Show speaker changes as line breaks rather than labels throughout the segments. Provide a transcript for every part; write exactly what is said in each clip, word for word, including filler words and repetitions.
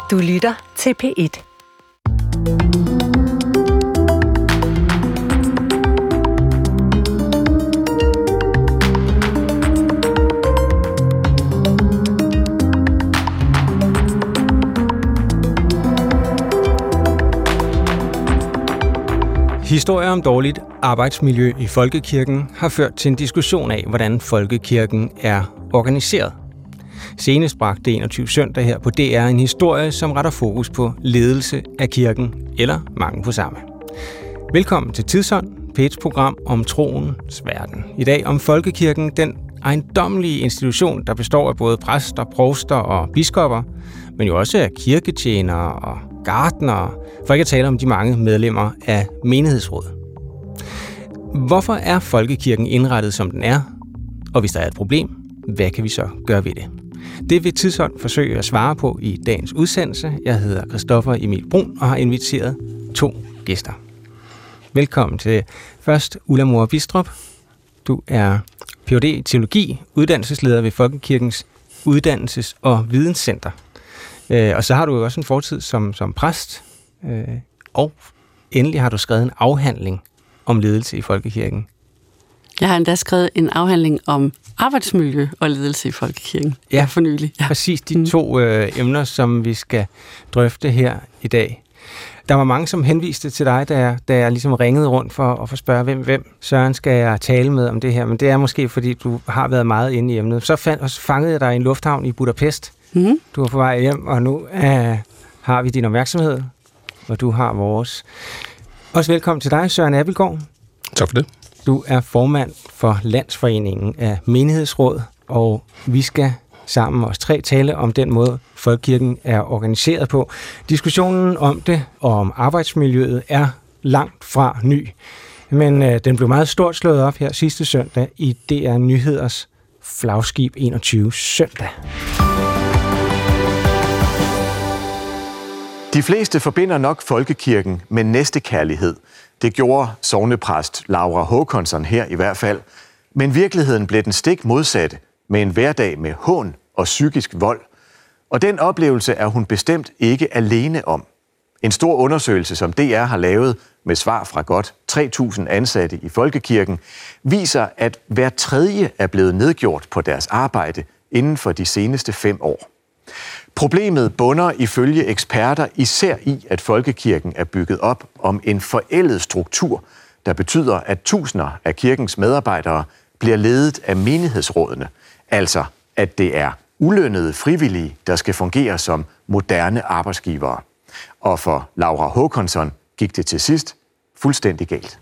Du lytter til P et.
Historier om dårligt arbejdsmiljø i folkekirken har ført til en diskussion af, hvordan folkekirken er organiseret. Senest bragte enogtyvende søndag her på D R en historie, som retter fokus på ledelse af kirken, eller mangel på samme. Velkommen til Tidsånd, P et's program om troens verden. I dag om folkekirken, den ejendommelige institution, der består af både præster, provster og biskopper, men jo også af kirketjenere og gartnere, for ikke at tale om de mange medlemmer af menighedsrådet. Hvorfor er folkekirken indrettet, som den er? Og hvis der er et problem, hvad kan vi så gøre ved det? Det vil Tidsånd forsøge at svare på i dagens udsendelse. Jeg hedder Christoffer Emil Brun og har inviteret to gæster. Velkommen til først Ulla Moore Bistrup. Du er P H D i teologi, uddannelsesleder ved Folkekirkens Uddannelses- og Videnscenter. Og så har du jo også en fortid som, som præst, og endelig har du skrevet en afhandling om ledelse i folkekirken.
Jeg har endda skrevet en afhandling om arbejdsmiljø og ledelse i folkekirken.
Ja,
for nylig. Ja.
Præcis de to øh, emner, som vi skal drøfte her i dag. Der var mange, som henviste til dig, da jeg, da jeg ligesom ringede rundt for at få spørge, hvem, hvem Søren skal jeg tale med om det her. Men det er måske, fordi du har været meget inde i emnet. Så, fand, så fangede jeg dig i en lufthavn i Budapest. Mm. Du er på vej hjem, og nu øh, har vi din opmærksomhed, og du har vores. Også velkommen til dig, Søren Abildgaard.
Tak for det.
Du er formand for Landsforeningen af Menighedsråd, og vi skal sammen os tre tale om den måde, folkekirken er organiseret på. Diskussionen om det og om arbejdsmiljøet er langt fra ny, men øh, den blev meget stort slået op her sidste søndag i D R Nyheders flagskib enogtyvende søndag.
De fleste forbinder nok folkekirken med næstekærlighed. Det gjorde sognepræst Laura Håkansson her i hvert fald. Men virkeligheden blev den stik modsatte med en hverdag med hån og psykisk vold. Og den oplevelse er hun bestemt ikke alene om. En stor undersøgelse, som D R har lavet med svar fra godt tre tusind ansatte i folkekirken, viser, at hver tredje er blevet nedgjort på deres arbejde inden for de seneste fem år. Problemet bunder ifølge eksperter især i, at folkekirken er bygget op om en forældet struktur, der betyder, at tusinder af kirkens medarbejdere bliver ledet af menighedsrådene. Altså, at det er ulønnede frivillige, der skal fungere som moderne arbejdsgivere. Og for Laura Håkansson gik det til sidst fuldstændig galt.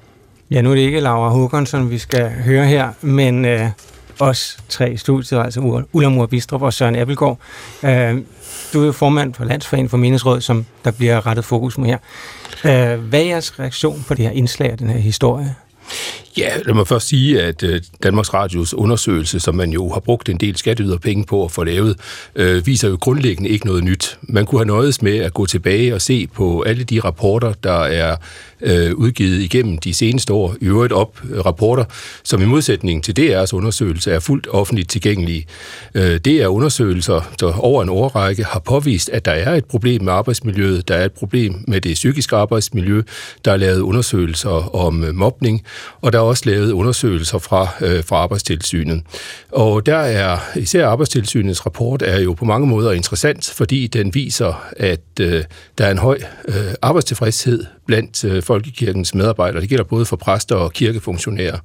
Ja, nu er det ikke Laura Håkansson, vi skal høre her, men øh, os tre i studiet, altså Ulla Moore Bistrup og Søren Abildgaard. Øh, du er jo formand for Landsforeningen for Menighedsråd, som der bliver rettet fokus på her. Øh, hvad er jeres reaktion på det her indslag og den her historie?
Ja, lad mig først sige, at Danmarks Radios undersøgelse, som man jo har brugt en del skatteyderpenge på at få lavet, øh, viser jo grundlæggende ikke noget nyt. Man kunne have nøjedes med at gå tilbage og se på alle de rapporter, der er øh, udgivet igennem de seneste år, i øvrigt op rapporter, som i modsætning til D R's undersøgelse er fuldt offentligt tilgængelige. Øh, det er undersøgelser, der over en årrække har påvist, at der er et problem med arbejdsmiljøet, der er et problem med det psykiske arbejdsmiljø, der er lavet undersøgelser om mobning, og der er også lavet undersøgelser fra, øh, fra Arbejdstilsynet. Og der er især Arbejdstilsynets rapport er jo på mange måder interessant, fordi den viser, at øh, der er en høj øh, arbejdstilfredshed blandt øh, folkekirkens medarbejdere. Det gælder både for præster og kirkefunktionærer.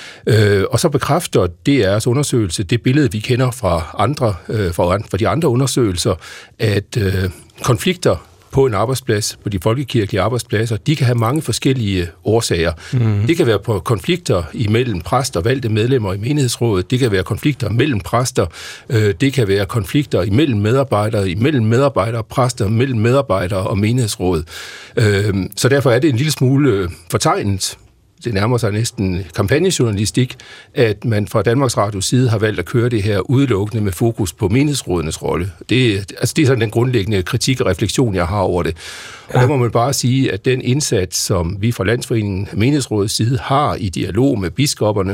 Øh, og så bekræfter D R's undersøgelse det billede, vi kender fra, andre, øh, fra, fra de andre undersøgelser, at øh, konflikter på en arbejdsplads, på de folkekirkelige arbejdspladser, de kan have mange forskellige årsager. Mm. Det kan være på konflikter imellem præster og valgte medlemmer i menighedsrådet, det kan være konflikter mellem præster, det kan være konflikter imellem medarbejdere, imellem medarbejdere og præster, mellem medarbejdere og menighedsråd. Så derfor er det en lille smule fortegnet. Det nærmer sig næsten kampagnejournalistik, at man fra Danmarks Radios side har valgt at køre det her udelukkende med fokus på menighedsrådenes rolle. Det, altså det er sådan den grundlæggende kritik og refleksion, jeg har over det. Og ja. Der må man bare sige, at den indsats, som vi fra Landsforeningen Menighedsrådets side har i dialog med biskopperne,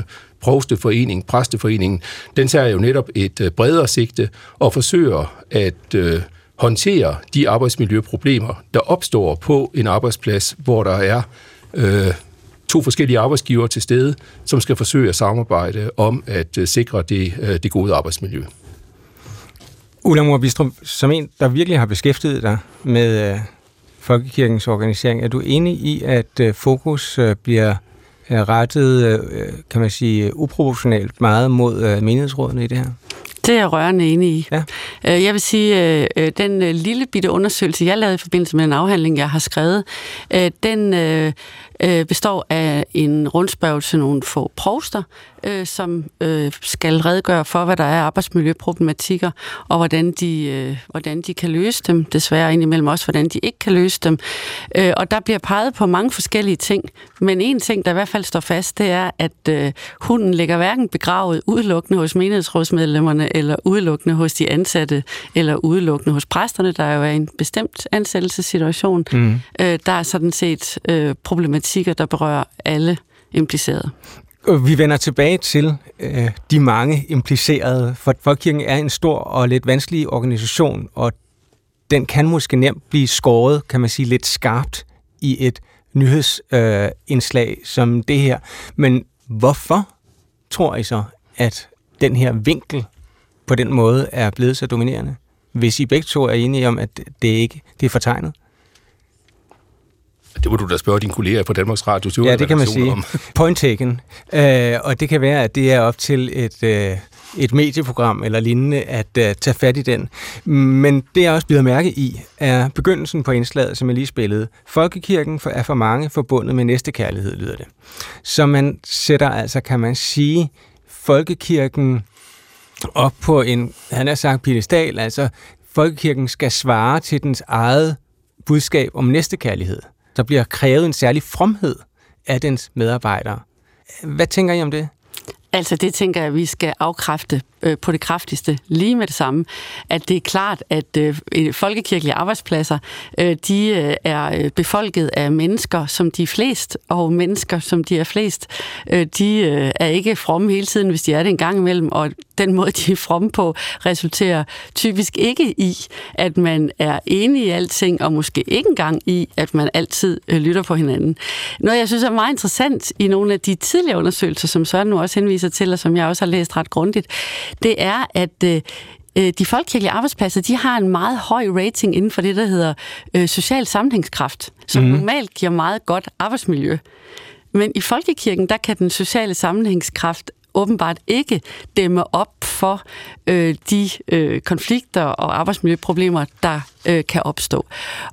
provsteforeningen, præsteforeningen, den tager jo netop et bredere sigte og forsøger at øh, håndtere de arbejdsmiljøproblemer, der opstår på en arbejdsplads, hvor der er øh, to forskellige arbejdsgivere til stede, som skal forsøge at samarbejde om at øh, sikre det, øh, det gode arbejdsmiljø.
Ulla Mohr Bidstrup, som en, der virkelig har beskæftiget dig med øh, Folkekirkens organisering, er du enig i, at øh, fokus øh, bliver øh, rettet, øh, kan man sige, uproportionalt meget mod øh, menighedsrådene i det her?
Det er jeg rørende enig i.
Ja.
Jeg vil sige, at den lille bitte undersøgelse, jeg lavede i forbindelse med en afhandling, jeg har skrevet, den består af en rundspørg til nogle få provster, som skal redegøre for, hvad der er arbejdsmiljøproblematikker, og hvordan de, hvordan de kan løse dem. Desværre indimellem også, hvordan de ikke kan løse dem. Og der bliver peget på mange forskellige ting, men en ting, der i hvert fald står fast, det er, at hunden ligger hverken begravet udelukkende hos menighedsrådsmedlemmerne, eller udelukkende hos de ansatte, eller udelukkende hos præsterne, der jo er en bestemt ansættelsessituation. Mm. Der er sådan set problematikker, der berører alle implicerede.
Vi vender tilbage til øh, de mange implicerede, for Folkekirken er en stor og lidt vanskelig organisation, og den kan måske nemt blive skåret, kan man sige, lidt skarpt i et nyhedsindslag øh, som det her. Men hvorfor tror I så, at den her vinkel på den måde er blevet så dominerende, hvis I begge to er enige om, at det ikke det er fortegnet?
Det må du da spørge dine kolleger på Danmarks Radio.
Ja, det kan man sige. Om. Point taken. Øh, og det kan være, at det er op til et, øh, et medieprogram eller lignende at øh, tage fat i den. Men det, jeg også bider mærke i, er begyndelsen på indslaget, som jeg lige spillede. Folkekirken er for mange forbundet med næstekærlighed, lyder det. Så man sætter altså, kan man sige, folkekirken op på en, han har sagt, piedestal, altså folkekirken skal svare til dens eget budskab om næstekærlighed. Der bliver krævet en særlig fromhed af dens medarbejdere. Hvad tænker I om det?
Altså det tænker jeg, at vi skal afkræfte øh, på det kraftigste lige med det samme. At det er klart, at øh, folkekirkelige arbejdspladser, øh, de øh, er befolket af mennesker, som de er flest, og mennesker, som de er flest, øh, de øh, er ikke fromme hele tiden, hvis de er det en gang imellem, og den måde, de er fromme på, resulterer typisk ikke i, at man er enig i alting, og måske ikke engang i, at man altid øh, lytter på hinanden. Noget, jeg synes er meget interessant i nogle af de tidligere undersøgelser, som Søren nu også henviser til, og som jeg også har læst ret grundigt, det er, at øh, de folkekirkelige arbejdspladser, de har en meget høj rating inden for det, der hedder øh, social sammenhængskraft, som mm. normalt giver meget godt arbejdsmiljø. Men i folkekirken, der kan den sociale sammenhængskraft åbenbart ikke dæmme op for øh, de øh, konflikter og arbejdsmiljøproblemer, der øh, kan opstå.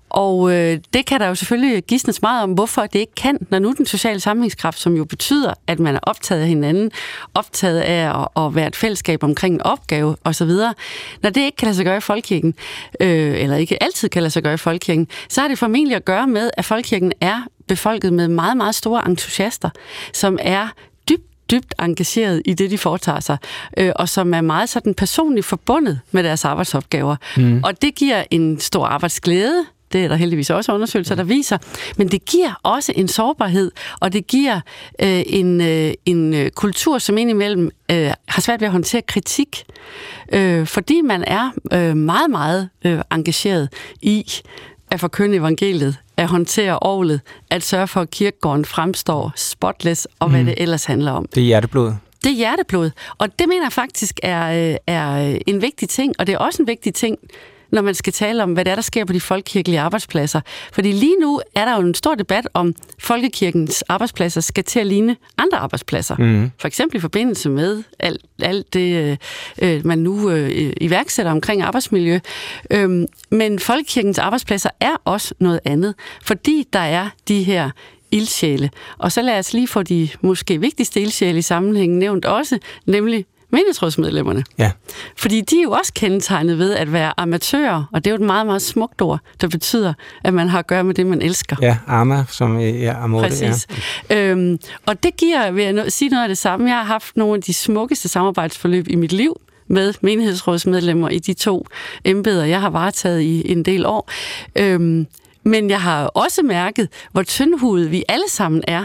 Og øh, det kan der jo selvfølgelig gisnes meget om, hvorfor det ikke kan, når nu den sociale sammenhængskraft, som jo betyder, at man er optaget af hinanden, optaget af at, at være et fællesskab omkring en opgave osv., når det ikke kan lade sig gøre i folkekirken, øh, eller ikke altid kan lade sig gøre i folkekirken, så har det formentlig at gøre med, at folkekirken er befolket med meget, meget store entusiaster, som er dybt engageret i det, de foretager sig, øh, og som er meget sådan personligt forbundet med deres arbejdsopgaver. Mm. Og det giver en stor arbejdsglæde, det er der heldigvis også undersøgelser, der viser, men det giver også en sårbarhed, og det giver øh, en, øh, en kultur, som indimellem øh, har svært ved at håndtere kritik, øh, fordi man er øh, meget, meget øh, engageret i at forkynde evangeliet, at håndtere orglet, at sørge for, at kirkegården fremstår spotless, og hvad mm. det ellers handler om.
Det er hjerteblod.
Det er hjerteblod, og det mener jeg faktisk er, er en vigtig ting, og det er også en vigtig ting, når man skal tale om, hvad det er, der sker på de folkekirkelige arbejdspladser. Fordi lige nu er der jo en stor debat om, folkekirkens arbejdspladser skal til at ligne andre arbejdspladser. Mm. For eksempel i forbindelse med alt, alt det, øh, man nu øh, iværksætter omkring arbejdsmiljø. Øhm, men folkekirkens arbejdspladser er også noget andet, fordi der er de her ildsjæle. Og så lad os lige få de måske vigtigste ildsjæle i sammenhængen nævnt også, nemlig menighedsrådsmedlemmerne. Ja. Fordi de er jo også kendetegnet ved at være amatører, og det er jo et meget, meget smukt ord, der betyder, at man har at gøre med det, man elsker.
Ja, ama, som er amore.
Præcis. Ja. Øhm, og det giver, vil jeg sige noget af det samme, jeg har haft nogle af de smukkeste samarbejdsforløb i mit liv med menighedsrådsmedlemmer i de to embeder, jeg har varetaget i en del år. Øhm, men jeg har også mærket, hvor tyndhudet vi alle sammen er,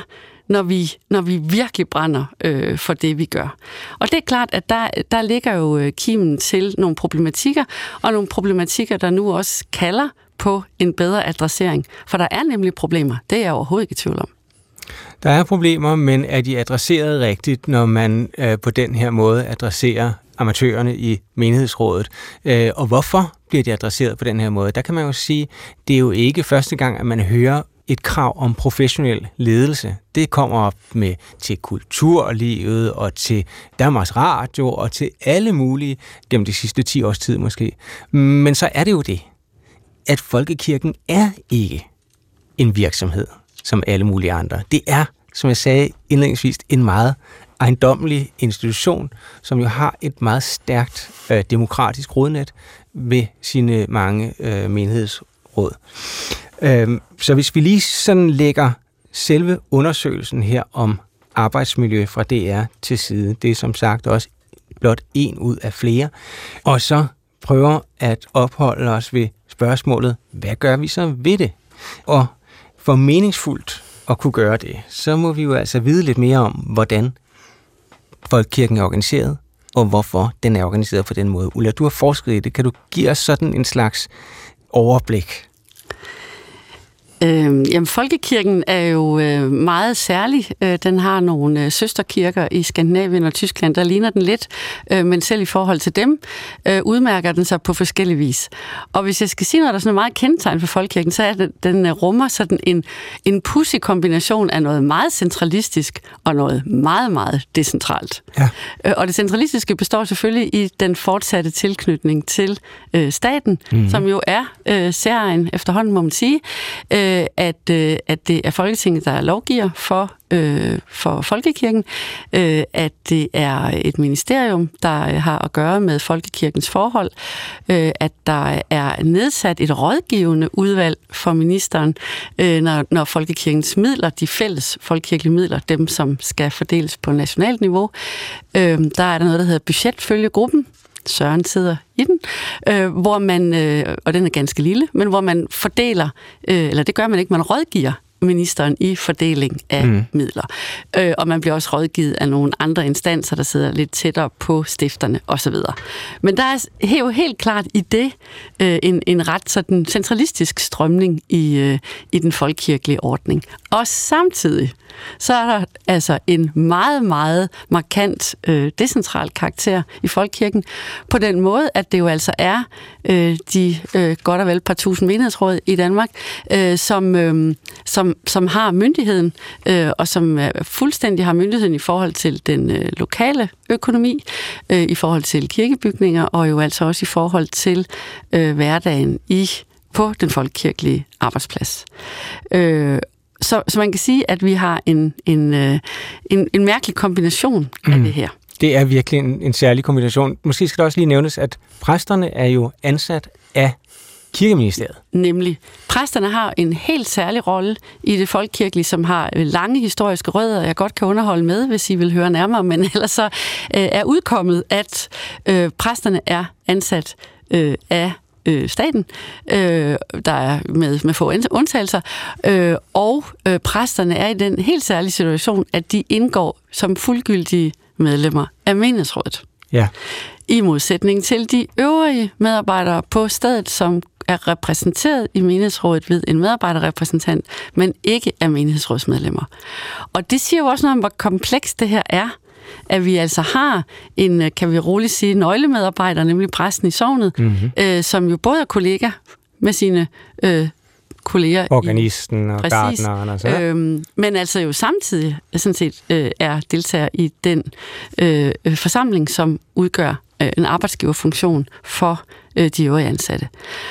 når vi, når vi virkelig brænder øh, for det, vi gør. Og det er klart, at der, der ligger jo kimen til nogle problematikker, og nogle problematikker, der nu også kalder på en bedre adressering. For der er nemlig problemer. Det er jeg overhovedet ikke i tvivl om.
Der er problemer, men er de adresseret rigtigt, når man øh, på den her måde adresserer amatørerne i menighedsrådet? Øh, og hvorfor bliver de adresseret på den her måde? Der kan man jo sige, det er jo ikke første gang, at man hører et krav om professionel ledelse. Det kommer op med til kulturlivet og til Danmarks Radio og til alle mulige gennem de sidste ti års tid måske. Men så er det jo det, at folkekirken er ikke en virksomhed som alle mulige andre. Det er, som jeg sagde indledningsvis, en meget ejendommelig institution, som jo har et meget stærkt øh, demokratisk rodnet ved sine mange øh, menighedsråd. Øh, så hvis vi lige sådan lægger selve undersøgelsen her om arbejdsmiljø fra D R til side, det er som sagt også blot en ud af flere, og så prøver at opholde os ved spørgsmålet, hvad gør vi så ved det? Og for meningsfuldt at kunne gøre det, så må vi jo altså vide lidt mere om, hvordan folkekirken er organiseret, og hvorfor den er organiseret på den måde. Ulla, du har forsket i det. Kan du give os sådan en slags overblik?
Øh, jamen, folkekirken er jo øh, meget særlig. Øh, den har nogle øh, søsterkirker i Skandinavien og Tyskland, der ligner den lidt, øh, men selv i forhold til dem, øh, udmærker den sig på forskellige vis. Og hvis jeg skal sige noget, der er sådan meget kendetegn for folkekirken, så er det, den øh, rummer sådan en, en pudsig kombination af noget meget centralistisk og noget meget, meget decentralt. Ja. Øh, og det centralistiske består selvfølgelig i den fortsatte tilknytning til øh, staten, mm-hmm. som jo er øh, særegen efterhånden, må man sige, øh, At, at det er Folketinget, der lovgiver for, øh, for folkekirken, øh, at det er et ministerium, der har at gøre med folkekirkens forhold, øh, at der er nedsat et rådgivende udvalg for ministeren, øh, når, når folkekirkens midler, de fælles folkekirkelige midler, dem som skal fordeles på nationalt niveau, øh, der er der noget, der hedder budgetfølgegruppen. Søren sidder i den, øh, hvor man, øh, og den er ganske lille, men hvor man fordeler, øh, eller det gør man ikke, man rådgiver ministeren i fordeling af mm. midler. Øh, og man bliver også rådgivet af nogle andre instanser, der sidder lidt tættere på stifterne osv. Men der er jo helt klart i det øh, en, en ret sådan centralistisk strømning i, øh, i den folkekirkelige ordning. Og samtidig så er der altså en meget, meget markant øh, decentral karakter i folkekirken, på den måde, at det jo altså er øh, de øh, godt og vel par tusind menighedsråd i Danmark, øh, som, øh, som, som har myndigheden, øh, og som øh, fuldstændig har myndigheden i forhold til den øh, lokale økonomi, øh, i forhold til kirkebygninger, og jo altså også i forhold til øh, hverdagen i på den folkekirkelige arbejdsplads. Øh, Så, så man kan sige, at vi har en, en, en, en mærkelig kombination af mm. det her.
Det er virkelig en, en særlig kombination. Måske skal det også lige nævnes, at præsterne er jo ansat af Kirkeministeriet.
Nemlig. Præsterne har en helt særlig rolle i det folkekirkelige, som har lange historiske rødder, jeg godt kan underholde med, hvis I vil høre nærmere, men ellers så øh, er udkommet, at øh, præsterne er ansat øh, af staten, øh, der er med, med få undtagelser, øh, og øh, præsterne er i den helt særlige situation, at de indgår som fuldgyldige medlemmer af menighedsrådet. Ja. I modsætning til de øvrige medarbejdere på stedet, som er repræsenteret i menighedsrådet ved en medarbejderrepræsentant, men ikke er menighedsrådsmedlemmer. Og det siger jo også noget om, hvor komplekst det her er, at vi altså har en, kan vi roligt sige, nøglemedarbejder, nemlig præsten i sognet, mm-hmm. øh, som jo både er kollega med sine øh, kolleger.
Organisten i, og gartneren og sådan.
Øhm, men altså jo samtidig sådan set øh, er deltager i den øh, forsamling, som udgør øh, en arbejdsgiverfunktion for øh, de øvrige ansatte.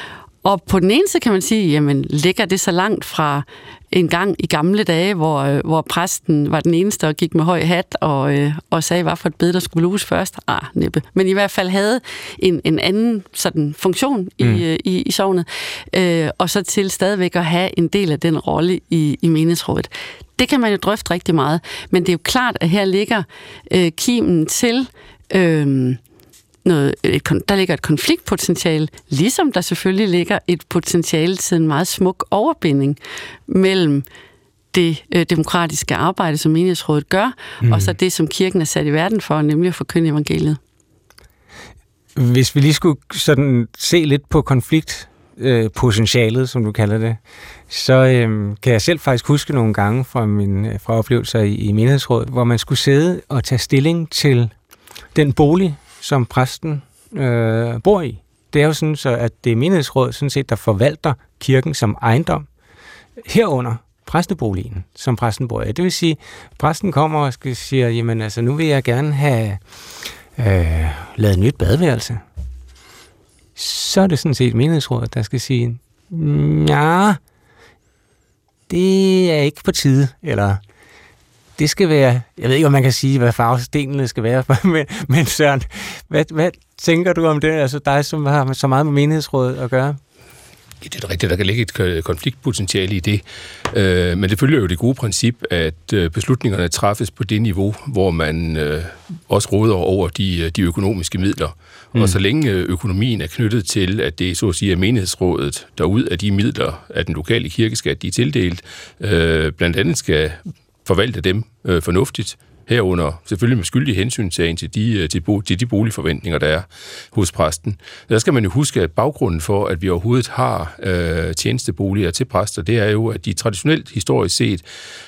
Og på den ene side kan man sige, jamen ligger det så langt fra en gang i gamle dage, hvor, hvor præsten var den eneste og gik med høj hat og, øh, og sagde, hvad for et bed, der skulle luges først. Ah, næppe. Men i hvert fald havde en, en anden sådan funktion i, mm. øh, i, i sognet, øh, og så til stadigvæk at have en del af den rolle i, i menighedsrådet. Det kan man jo drøfte rigtig meget, men det er jo klart, at her ligger øh, kimen til Øh, Noget, et, der ligger et konfliktpotentiale, ligesom der selvfølgelig ligger et potentiale til en meget smuk overbinding mellem det øh, demokratiske arbejde, som menighedsrådet gør, mm. og så det, som kirken er sat i verden for, nemlig at forkynde evangeliet.
Hvis vi lige skulle sådan se lidt på konfliktpotentialet, øh, som du kalder det, så øh, kan jeg selv faktisk huske nogle gange fra mine fra oplevelser i, i menighedsrådet, hvor man skulle sidde og tage stilling til den bolig, som præsten øh, bor i. Det er jo sådan, så at det er menighedsrådet, sådan set, der forvalter kirken som ejendom, herunder præsteboligen, som præsten bor i. Det vil sige, at præsten kommer og siger, jamen altså, nu vil jeg gerne have øh, lavet et nyt badeværelse. Så er det sådan set menighedsrådet, der skal sige, ja, det er ikke på tide, eller det skal være, jeg ved ikke, om man kan sige, hvad farvestenene skal være, men, men Søren, hvad, hvad tænker du om det, altså dig, som har så meget med menighedsrådet at gøre?
Det er rigtigt, der kan ligge et konfliktpotentiale i det, men det følger jo det gode princip, at beslutningerne træffes på det niveau, hvor man også råder over de, de økonomiske midler. Mm. Og så længe økonomien er knyttet til, at det så at sige er menighedsrådet, der ud af de midler af den lokale kirkeskat, de er tildelt, blandt andet skal forvalte dem fornuftigt, herunder selvfølgelig med skyldig hensyntagen til de, til, til de boligforventninger, der er hos præsten. Der skal man jo huske, at baggrunden for, at vi overhovedet har øh, tjenesteboliger til præster, det er jo, at de traditionelt historisk set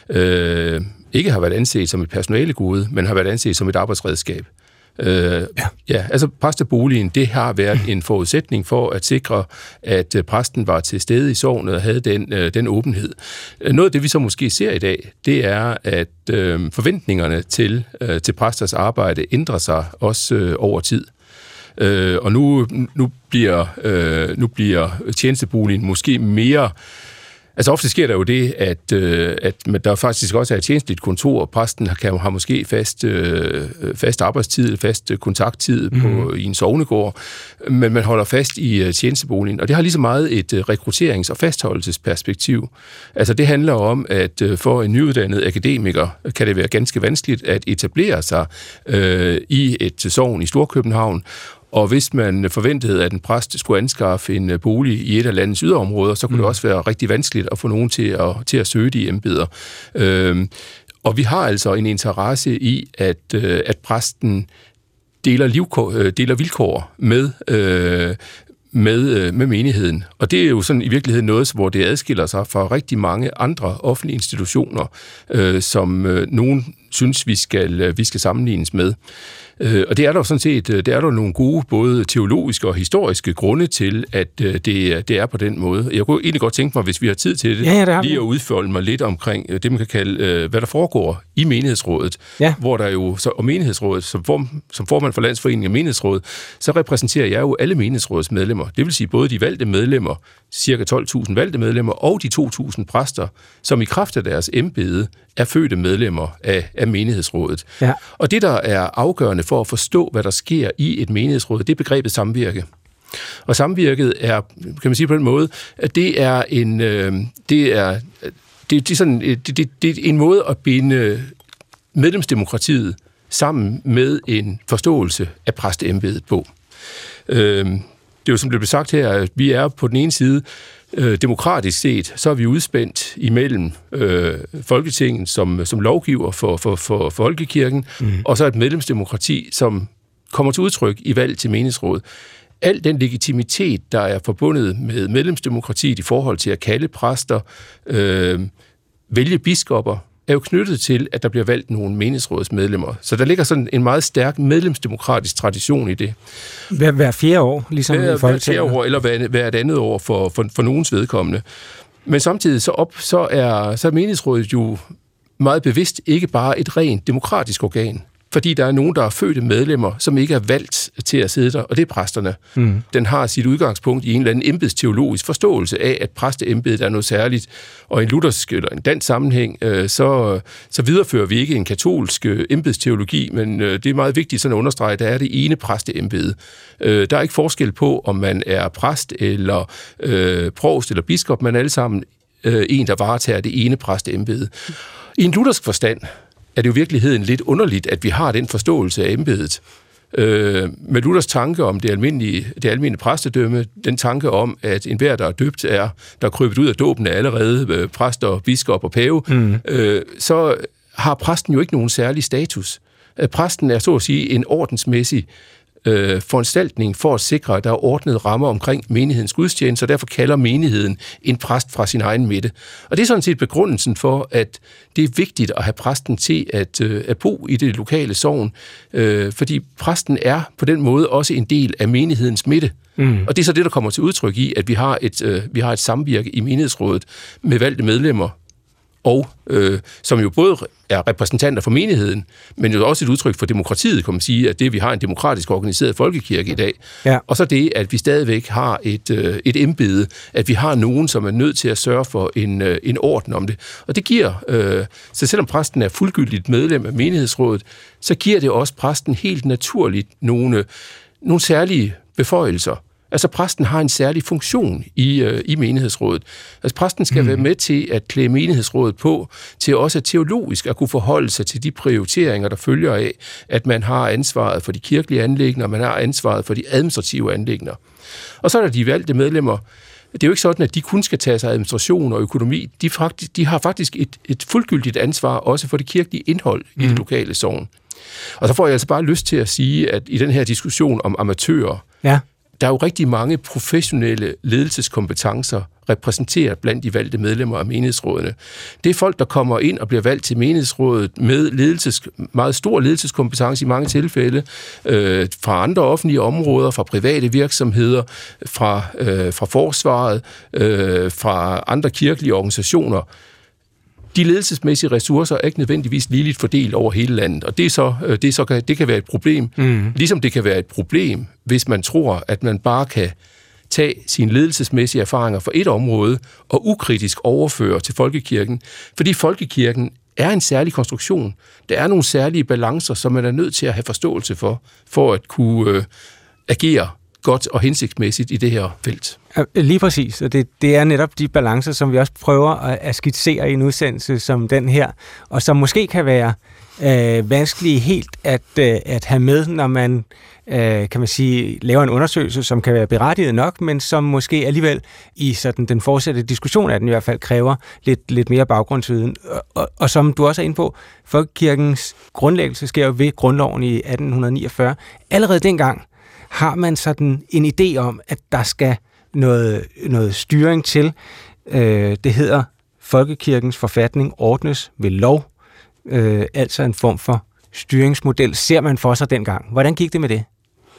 øh, ikke har været anset som et personalegode, men har været anset som et arbejdsredskab. Øh, ja. ja, altså præsteboligen, det har været en forudsætning for at sikre, at præsten var til stede i sognet og havde den, øh, den åbenhed. Noget af det, vi så måske ser i dag, det er, at øh, forventningerne til, øh, til præsters arbejde ændrer sig også øh, over tid. Øh, og nu, nu, bliver, øh, nu bliver tjenesteboligen måske mere... Altså ofte sker der jo det, at, øh, at der faktisk også er et tjenestligt kontor, og præsten har, har måske fast, øh, fast arbejdstid, fast kontakttid på, mm. i en sognegård, men man holder fast i uh, tjenesteboligen, og det har lige så meget et uh, rekrutterings- og fastholdelsesperspektiv. Altså det handler om, at uh, for en nyuddannet akademiker kan det være ganske vanskeligt at etablere sig uh, i et sogn i Storkøbenhavn. Og hvis man forventede, at en præst skulle anskaffe en bolig i et af landets yderområder, så kunne mm. det også være rigtig vanskeligt at få nogen til at, til at søge de embeder. Øhm, og vi har altså en interesse i, at, øh, at præsten deler, livkår, øh, deler vilkår med, øh, med, øh, med menigheden. Og det er jo sådan i virkeligheden noget, hvor det adskiller sig fra rigtig mange andre offentlige institutioner, øh, som øh, nogen synes, vi skal, øh, vi skal sammenlignes med. Og det er der sådan set, det er der nogle gode, både teologiske og historiske grunde til, at det, det er på den måde. Jeg kunne egentlig godt tænke mig, hvis vi har tid til det, ja, ja, det lige at udfolde mig lidt omkring det, man kan kalde, hvad der foregår i menighedsrådet, ja. Hvor der jo, og menighedsrådet, som, form, som formand for Landsforeningen af Menighedsrådet, så repræsenterer jeg jo alle menighedsrådets medlemmer. Det vil sige både de valgte medlemmer, cirka tolv tusind valgte medlemmer, og de to tusind præster, som i kraft af deres embede er fødte medlemmer af, af menighedsrådet. Ja. Og det, der er afgørende for at forstå, hvad der sker i et menighedsråd, det er begrebet samvirke. Og samvirket er, kan man sige på den måde, at det er en, øh, det er, det, det er sådan, det, det, det er en måde at binde medlemsdemokratiet sammen med en forståelse af præsteembedet på. Øh, det er jo som det blev sagt her, at vi er på den ene side Øh, demokratisk set, så er vi udspændt imellem øh, Folketinget som, som lovgiver for, for, for, for folkekirken, mm. og så et medlemsdemokrati, som kommer til udtryk i valg til menighedsråd. Al den legitimitet, der er forbundet med medlemsdemokratiet i forhold til at kalde præster, øh, vælge biskopper, er jo knyttet til, at der bliver valgt nogle menighedsrådsmedlemmer. Så der ligger sådan en meget stærk medlemsdemokratisk tradition i det.
Hver, hver fjerde år, ligesom
hver,
i Folketinget?
Hver fjerde år, eller hver, hver et andet år for, for, for nogens vedkommende. Men samtidig så, op, så, er, så er menighedsrådet jo meget bevidst ikke bare et rent demokratisk organ, fordi der er nogen, der er fødte medlemmer, som ikke er valgt til at sidde der, og det er præsterne. Mm. Den har sit udgangspunkt i en eller anden embedsteologisk forståelse af, at præsteembedet er noget særligt, og i en luthersk eller en dansk sammenhæng, øh, så, så viderefører vi ikke en katolsk øh, embedsteologi, men øh, det er meget vigtigt sådan at understrege, at der er det ene præsteembede. Øh, der er ikke forskel på, om man er præst eller øh, provst eller biskop, man er alle sammen øh, en, der varetager det ene præsteembede. I en luthersk forstand er det jo i virkeligheden lidt underligt, at vi har den forståelse af embedet. Øh, med Luthers tanke om det almindelige, det almindelige præstedømme, den tanke om, at enhver, der er døbt, er, der er krybet ud af dåben, er allerede øh, præster, biskop og pave, mm. øh, så har præsten jo ikke nogen særlig status. Præsten er så at sige en ordensmæssig øh, foranstaltning for at sikre, at der er ordnede rammer omkring menighedens gudstjeneste, og derfor kalder menigheden en præst fra sin egen midte. Og det er sådan set begrundelsen for, at det er vigtigt at have præsten til at, øh, at bo i det lokale sogn, øh, fordi præsten er på den måde også en del af menighedens midte. Mm. Og det er så det, der kommer til udtryk i, at vi har et, øh, vi har et samvirke i menighedsrådet med valgte medlemmer, og øh, som jo både er repræsentanter for menigheden, men jo også et udtryk for demokratiet, kan man sige, at det, vi har en demokratisk organiseret folkekirke i dag. Ja. Og så det, at vi stadigvæk har et, øh, et embede, at vi har nogen, som er nødt til at sørge for en, øh, en orden om det. Og det giver, øh, så selvom præsten er fuldgyldigt medlem af menighedsrådet, så giver det også præsten helt naturligt nogle, nogle særlige beføjelser. Altså, præsten har en særlig funktion i, øh, i menighedsrådet. Altså, præsten skal mm. være med til at klæde menighedsrådet på, til også teologisk at kunne forholde sig til de prioriteringer, der følger af, at man har ansvaret for de kirkelige anliggender, og man har ansvaret for de administrative anliggender. Og så er der de valgte medlemmer. Det er jo ikke sådan, at de kun skal tage sig administration og økonomi. De, faktisk, de har faktisk et, et fuldgyldigt ansvar også for det kirkelige indhold mm. i det lokale sogn. Og så får jeg altså bare lyst til at sige, at i den her diskussion om amatører, ja. Der er jo rigtig mange professionelle ledelseskompetencer repræsenteret blandt de valgte medlemmer af menighedsrådene. Det er folk, der kommer ind og bliver valgt til menighedsrådet med ledelses, meget stor ledelseskompetence i mange tilfælde, øh, fra andre offentlige områder, fra private virksomheder, fra, øh, fra forsvaret, øh, fra andre kirkelige organisationer. De ledelsesmæssige ressourcer er ikke nødvendigvis ligeligt fordelt over hele landet, og det, er så, det, er så, det kan være et problem. Mm. Ligesom det kan være et problem, hvis man tror, at man bare kan tage sine ledelsesmæssige erfaringer fra et område og ukritisk overføre til folkekirken, fordi folkekirken er en særlig konstruktion. Der er nogle særlige balancer, som man er nødt til at have forståelse for, for at kunne øh, agere godt og hensigtsmæssigt i det her felt.
Lige præcis, og det, det er netop de balancer, som vi også prøver at, at skitsere i en udsendelse som den her, og som måske kan være øh, vanskelige helt at, øh, at have med, når man, øh, kan man sige, laver en undersøgelse, som kan være berettiget nok, men som måske alligevel i sådan den fortsatte diskussion af den i hvert fald kræver lidt, lidt mere baggrundsviden. Og, og, og som du også er inde på, folkekirkens grundlæggelse sker jo ved grundloven i atten niogfyrre. Allerede dengang har man sådan en idé om, at der skal noget, noget styring til. Øh, det hedder, folkekirkens forfatning ordnes ved lov. Øh, altså en form for styringsmodel ser man for sig dengang. Hvordan gik det med det?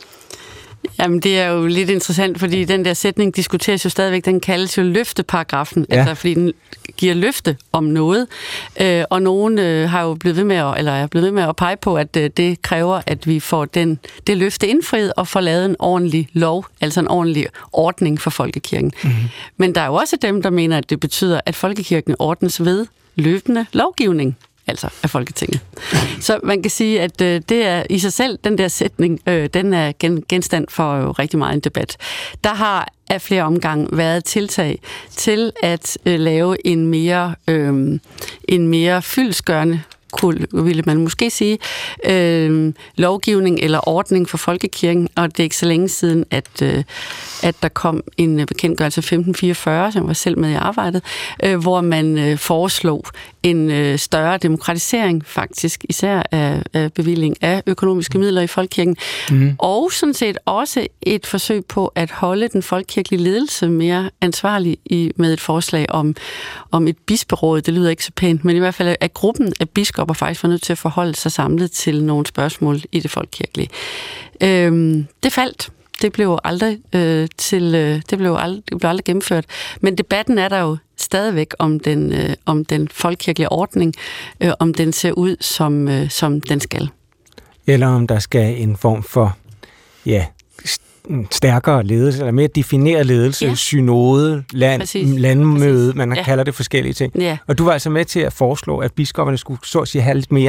Jamen, det er jo lidt interessant, fordi den der sætning diskuteres jo stadigvæk, den kaldes jo løfteparagrafen, ja. Altså fordi den giver løfte om noget, øh, og nogen øh, har jo blevet ved med at, eller er blevet ved med at pege på, at øh, det kræver, at vi får den, det løfte indfriet og får lavet en ordentlig lov, altså en ordentlig ordning for folkekirken. Mm-hmm. Men der er jo også dem, der mener, at det betyder, at folkekirken ordnes ved løbende lovgivning, altså af Folketinget. Så man kan sige, at øh, det er i sig selv, den der sætning, øh, den er gen, genstand for jo rigtig meget en debat. Der har af flere omgange været tiltag til at øh, lave en mere, øh, en mere fyldestgørende, ville man måske sige, øh, lovgivning eller ordning for folkekirken, og det er ikke så længe siden, at, øh, at der kom en bekendtgørelse femten fireogfyrre, som var selv med i arbejdet, øh, hvor man øh, foreslog en øh, større demokratisering faktisk, især af, af bevilling af økonomiske midler i folkekirken, mm. og sådan set også et forsøg på at holde den folkekirkelige ledelse mere ansvarlig i, med et forslag om, om et bisperåd. Det lyder ikke så pænt, men i hvert fald at gruppen af biskopper faktisk var nødt til at forholde sig samlet til nogle spørgsmål i det folkekirkelige. Øhm, det faldt. Det blev aldrig øh, til, øh, det blev aldrig, det blev aldrig gennemført. Men debatten er der jo stadigvæk om den, øh, om den folkekirkelige ordning, øh, om den ser ud, som, øh, som den skal.
Eller om der skal en form for ja, stærkere ledelse, eller mere defineret ledelse, ja. synode, land, landmøde, man ja. kalder det forskellige ting. Ja. Og du var altså med til at foreslå, at biskopperne skulle så at sige have lidt mere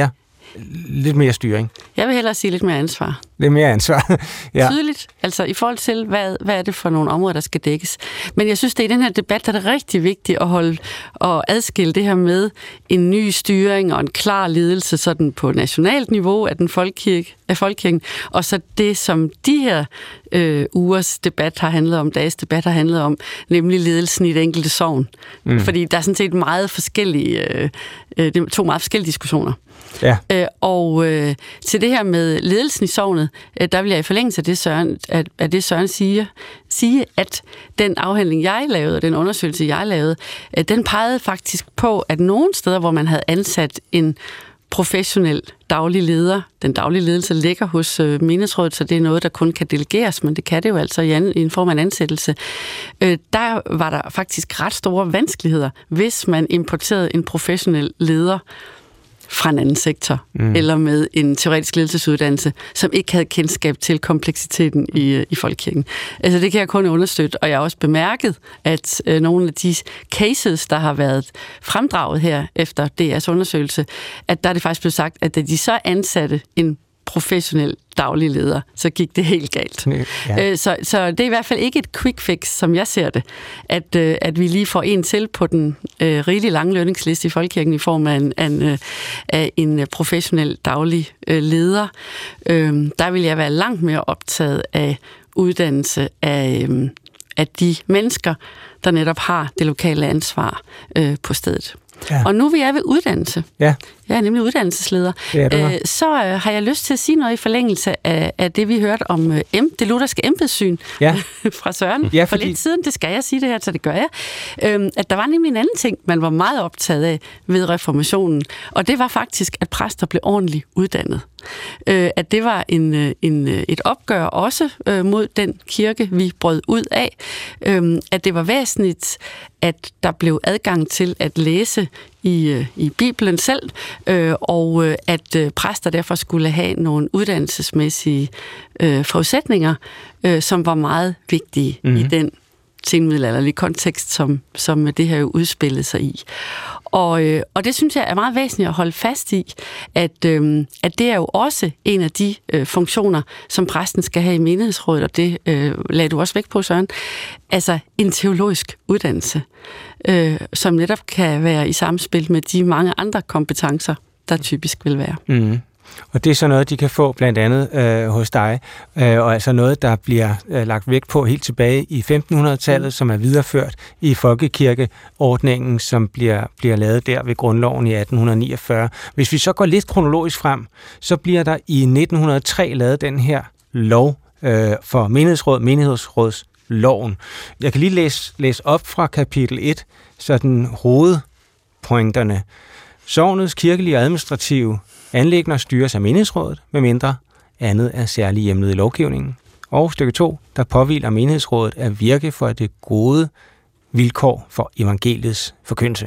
lidt mere styring.
Jeg vil hellere sige lidt mere ansvar.
Lidt mere ansvar, ja.
Tydeligt, altså i forhold til, hvad, hvad er det for nogle områder, der skal dækkes. Men jeg synes, det er i den her debat, der er det rigtig vigtigt at holde og adskille det her med en ny styring og en klar ledelse sådan på nationalt niveau af den folkekirke, af folkekirken, og så det, som de her øh, ugers debat har handlet om, dages debat har handlet om, nemlig ledelsen i det enkelte sogn. Mm. Fordi der er sådan set meget forskellige, øh, øh, to meget forskellige diskussioner.
Ja.
Øh, og øh, til det her med ledelsen i sognet, øh, der vil jeg i forlængelse af det, Søren, at, at det Søren siger, sige, at den afhandling, jeg lavede, og den undersøgelse, jeg lavede, øh, den pegede faktisk på, at nogle steder, hvor man havde ansat en professionel daglig leder, den daglige ledelse ligger hos øh, menighedsrådet, så det er noget, der kun kan delegeres, men det kan det jo altså i, an, i en form af en ansættelse. Øh, der var der faktisk ret store vanskeligheder, hvis man importerede en professionel leder fra en anden sektor, mm. eller med en teoretisk ledelsesuddannelse, som ikke havde kendskab til kompleksiteten i, i folkekirken. Altså det kan jeg kun understøtte, og jeg har også bemærket, at øh, nogle af de cases, der har været fremdraget her efter D R's undersøgelse, at der er det faktisk blevet sagt, at da de så ansatte en professionel daglig leder, så gik det helt galt. Ja. Så, så det er i hvert fald ikke et quick fix, som jeg ser det, at, at vi lige får en til på den øh, rigtig lange lønningsliste i folkekirken i form af en, en, af en professionel daglig øh, leder. Øh, der vil jeg være langt mere optaget af uddannelse af, øh, af de mennesker, der netop har det lokale ansvar øh, på stedet. Ja. Og nu vil jeg ved uddannelse.
Ja.
Jeg er nemlig uddannelsesleder.
Ja,
øh, så øh, har jeg lyst til at sige noget i forlængelse af, af det, vi hørte om øh, det lutherske embedssyn ja. fra Søren
ja,
fordi... for lidt siden. Det skal jeg sige det her, så det gør jeg. Øh, at der var nemlig en anden ting, man var meget optaget af ved reformationen, og det var faktisk, at præster blev ordentligt uddannet. Øh, at det var en, en, et opgør også øh, mod den kirke, vi brød ud af. Øh, at det var væsentligt, at der blev adgang til at læse i, i Bibelen selv, øh, og øh, at øh, præster derfor skulle have nogle uddannelsesmæssige øh, forudsætninger, øh, som var meget vigtige mm-hmm. i den senmiddelalderlige kontekst, som, som det her jo udspillede sig i. Og, øh, og det synes jeg er meget væsentligt at holde fast i, at, øh, at det er jo også en af de øh, funktioner, som præsten skal have i menighedsrådet, og det øh, lagde du også væk på, Søren. Altså en teologisk uddannelse, øh, som netop kan være i samspil med de mange andre kompetencer, der typisk vil være.
Mm. Og det er så noget, de kan få blandt andet øh, hos dig, øh, og altså noget, der bliver øh, lagt vægt på helt tilbage i femtenhundredetallet, mm. som er videreført i folkekirkeordningen, som bliver, bliver lavet der ved grundloven i atten niogfyrre. Hvis vi så går lidt kronologisk frem, så bliver der i nitten hundrede og tre lavet den her lov øh, for menighedsråd, menighedsrådsloven. Jeg kan lige læse, læse op fra kapitel et, sådan hovedpointerne. Sognets kirkelige og administrative anliggender styres af menighedsrådet, medmindre andet er særligt hjemlet i lovgivningen. Og stykke to, der påhviler menighedsrådet at virke for det gode vilkår for evangeliets forkyndelse.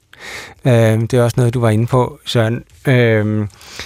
Øh, det er også noget, du var inde på, Søren. Øh,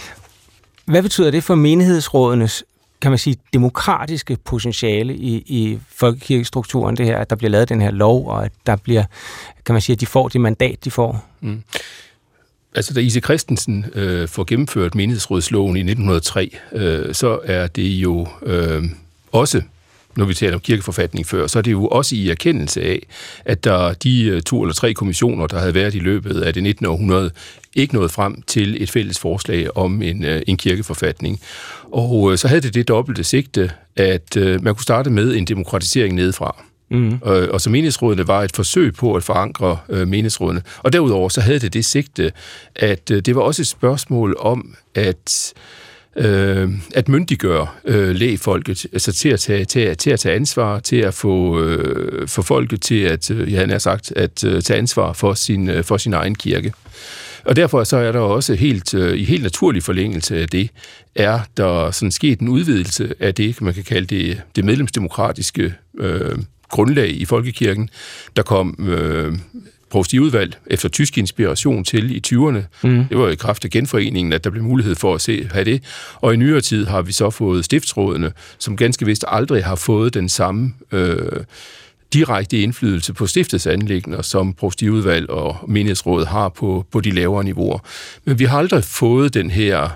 hvad betyder det for menighedsrådenes, kan man sige, demokratiske potentiale i, i folkekirkestrukturen, det her, at der bliver lavet den her lov, og at der bliver, kan man sige, at de får det mandat, de får?
Mm. Altså, da I C Christensen øh, får gennemført menighedsrådsloven i nitten hundrede og tre, øh, så er det jo øh, også, når vi taler om kirkeforfatning før, så er det jo også i erkendelse af, at der de to eller tre kommissioner, der havde været i løbet af det nittende århundrede, ikke nåede frem til et fælles forslag om en, en kirkeforfatning. Og øh, så havde det det dobbelte sigte, at øh, man kunne starte med en demokratisering nedefra. Mm. Og, og så menighedsrådene var et forsøg på at forankre øh, menighedsrådene. Og derudover så havde det det sigte, at øh, det var også et spørgsmål om at, øh, at myndiggøre øh, lægfolket, altså til at tage, til, til at tage ansvar, til at få, øh, få folket til at, øh, jeg havde sagt, at øh, tage ansvar for sin, øh, for sin egen kirke. Og derfor så er der også helt, øh, i helt naturlig forlængelse af det, er der sådan sket en udvidelse af det, man kan kalde det, det medlemsdemokratiske øh, grundlag i folkekirken. Der kom øh, provstiudvalg efter tysk inspiration til i tyverne. Mm. Det var i kraft af genforeningen, at der blev mulighed for at se, have det. Og i nyere tid har vi så fået stiftsrådene, som ganske vist aldrig har fået den samme øh, direkte indflydelse på stiftets anliggender, som provstiudvalg og menighedsråd har på, på de lavere niveauer. Men vi har aldrig fået den her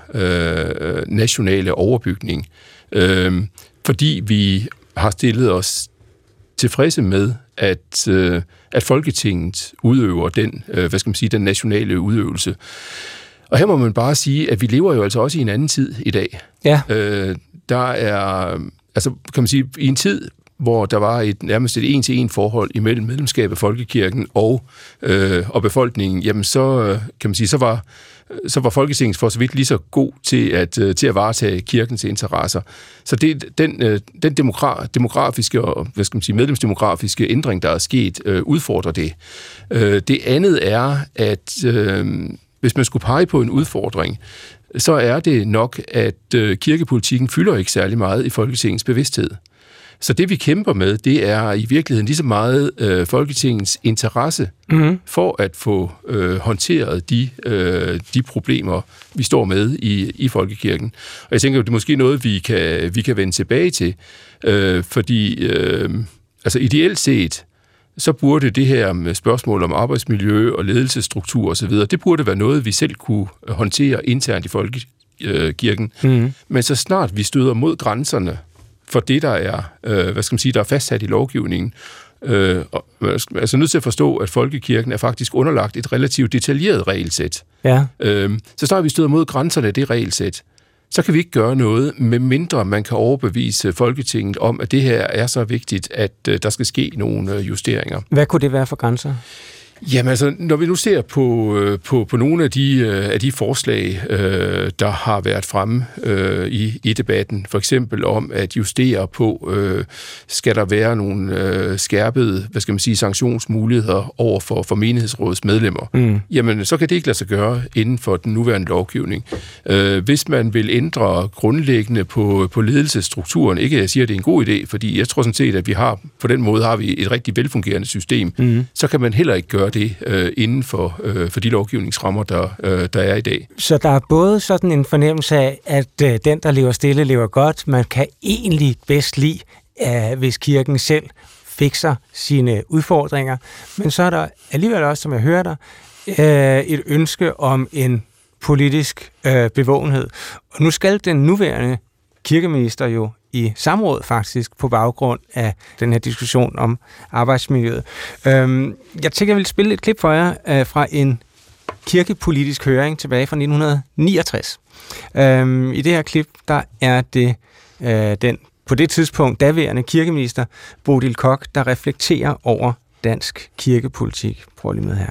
øh, nationale overbygning, øh, fordi vi har stillet os tilfredse med, at, øh, at Folketinget udøver den, øh, hvad skal man sige, den nationale udøvelse. Og her må man bare sige, at vi lever jo altså også i en anden tid i dag.
Ja.
Øh, der er, altså kan man sige, i en tid, hvor der var et nærmest et en-til-en forhold imellem medlemskab af Folkekirken og, øh, og befolkningen, jamen så kan man sige, så var, så var Folketinget for så vidt lige så god til at, til at varetage kirkens interesser. Så det, den, den demogra- demografiske og hvad skal man sige, medlemsdemografiske ændring, der er sket, øh, udfordrer det. Øh, det andet er, at øh, hvis man skulle pege på en udfordring, så er det nok, at øh, kirkepolitikken fylder ikke særlig meget i Folketingets bevidsthed. Så det, vi kæmper med, det er i virkeligheden lige så meget øh, Folketingets interesse mm-hmm. for at få øh, håndteret de, øh, de problemer, vi står med i, i Folkekirken. Og jeg tænker, det er måske noget, vi kan, vi kan vende tilbage til, øh, fordi øh, altså ideelt set, så burde det her med spørgsmål om arbejdsmiljø og ledelsesstruktur osv., det burde være noget, vi selv kunne håndtere internt i Folkekirken. Mm. Men så snart vi støder mod grænserne for det, der er, øh, hvad skal man sige, der er fastsat i lovgivningen, øh, og, altså nødt til at forstå, at Folkekirken er faktisk underlagt et relativt detaljeret regelsæt. Ja. Øh, så snart vi støder mod grænserne af det regelsæt, så kan vi ikke gøre noget, medmindre man kan overbevise Folketinget om, at det her er så vigtigt, at øh, der skal ske nogle øh, justeringer.
Hvad kunne det være for grænser?
Jamen altså, når vi nu ser på, øh, på, på nogle af de, øh, af de forslag, øh, der har været fremme øh, i, i debatten, for eksempel om at justere på, øh, skal der være nogle øh, skærpede, hvad skal man sige, sanktionsmuligheder over for, for menighedsrådets medlemmer, mm. jamen så kan det ikke lade sig gøre inden for den nuværende lovgivning. Øh, hvis man vil ændre grundlæggende på, på ledelsesstrukturen, ikke at jeg siger, at det er en god idé, fordi jeg tror sådan set, at vi har, på den måde har vi et rigtig velfungerende system, mm. så kan man heller ikke gøre det øh, inden for, øh, for de lovgivningsrammer, der, øh, der er i dag.
Så der er både sådan en fornemmelse af, at øh, den, der lever stille, lever godt. Man kan egentlig bedst lide, øh, hvis kirken selv fikser sine udfordringer. Men så er der alligevel også, som jeg hører dig, øh, et ønske om en politisk øh, bevågenhed. Og nu skal den nuværende kirkeminister jo i samråd faktisk på baggrund af den her diskussion om arbejdsmiljøet. Øhm, jeg tænker, jeg vil spille et klip for jer øh, fra en kirkepolitisk høring tilbage fra nitten niogtres. Øhm, I det her klip, der er det øh, den på det tidspunkt daværende kirkeminister Bodil Koch, der reflekterer over dansk kirkepolitik. Prøv lige med her.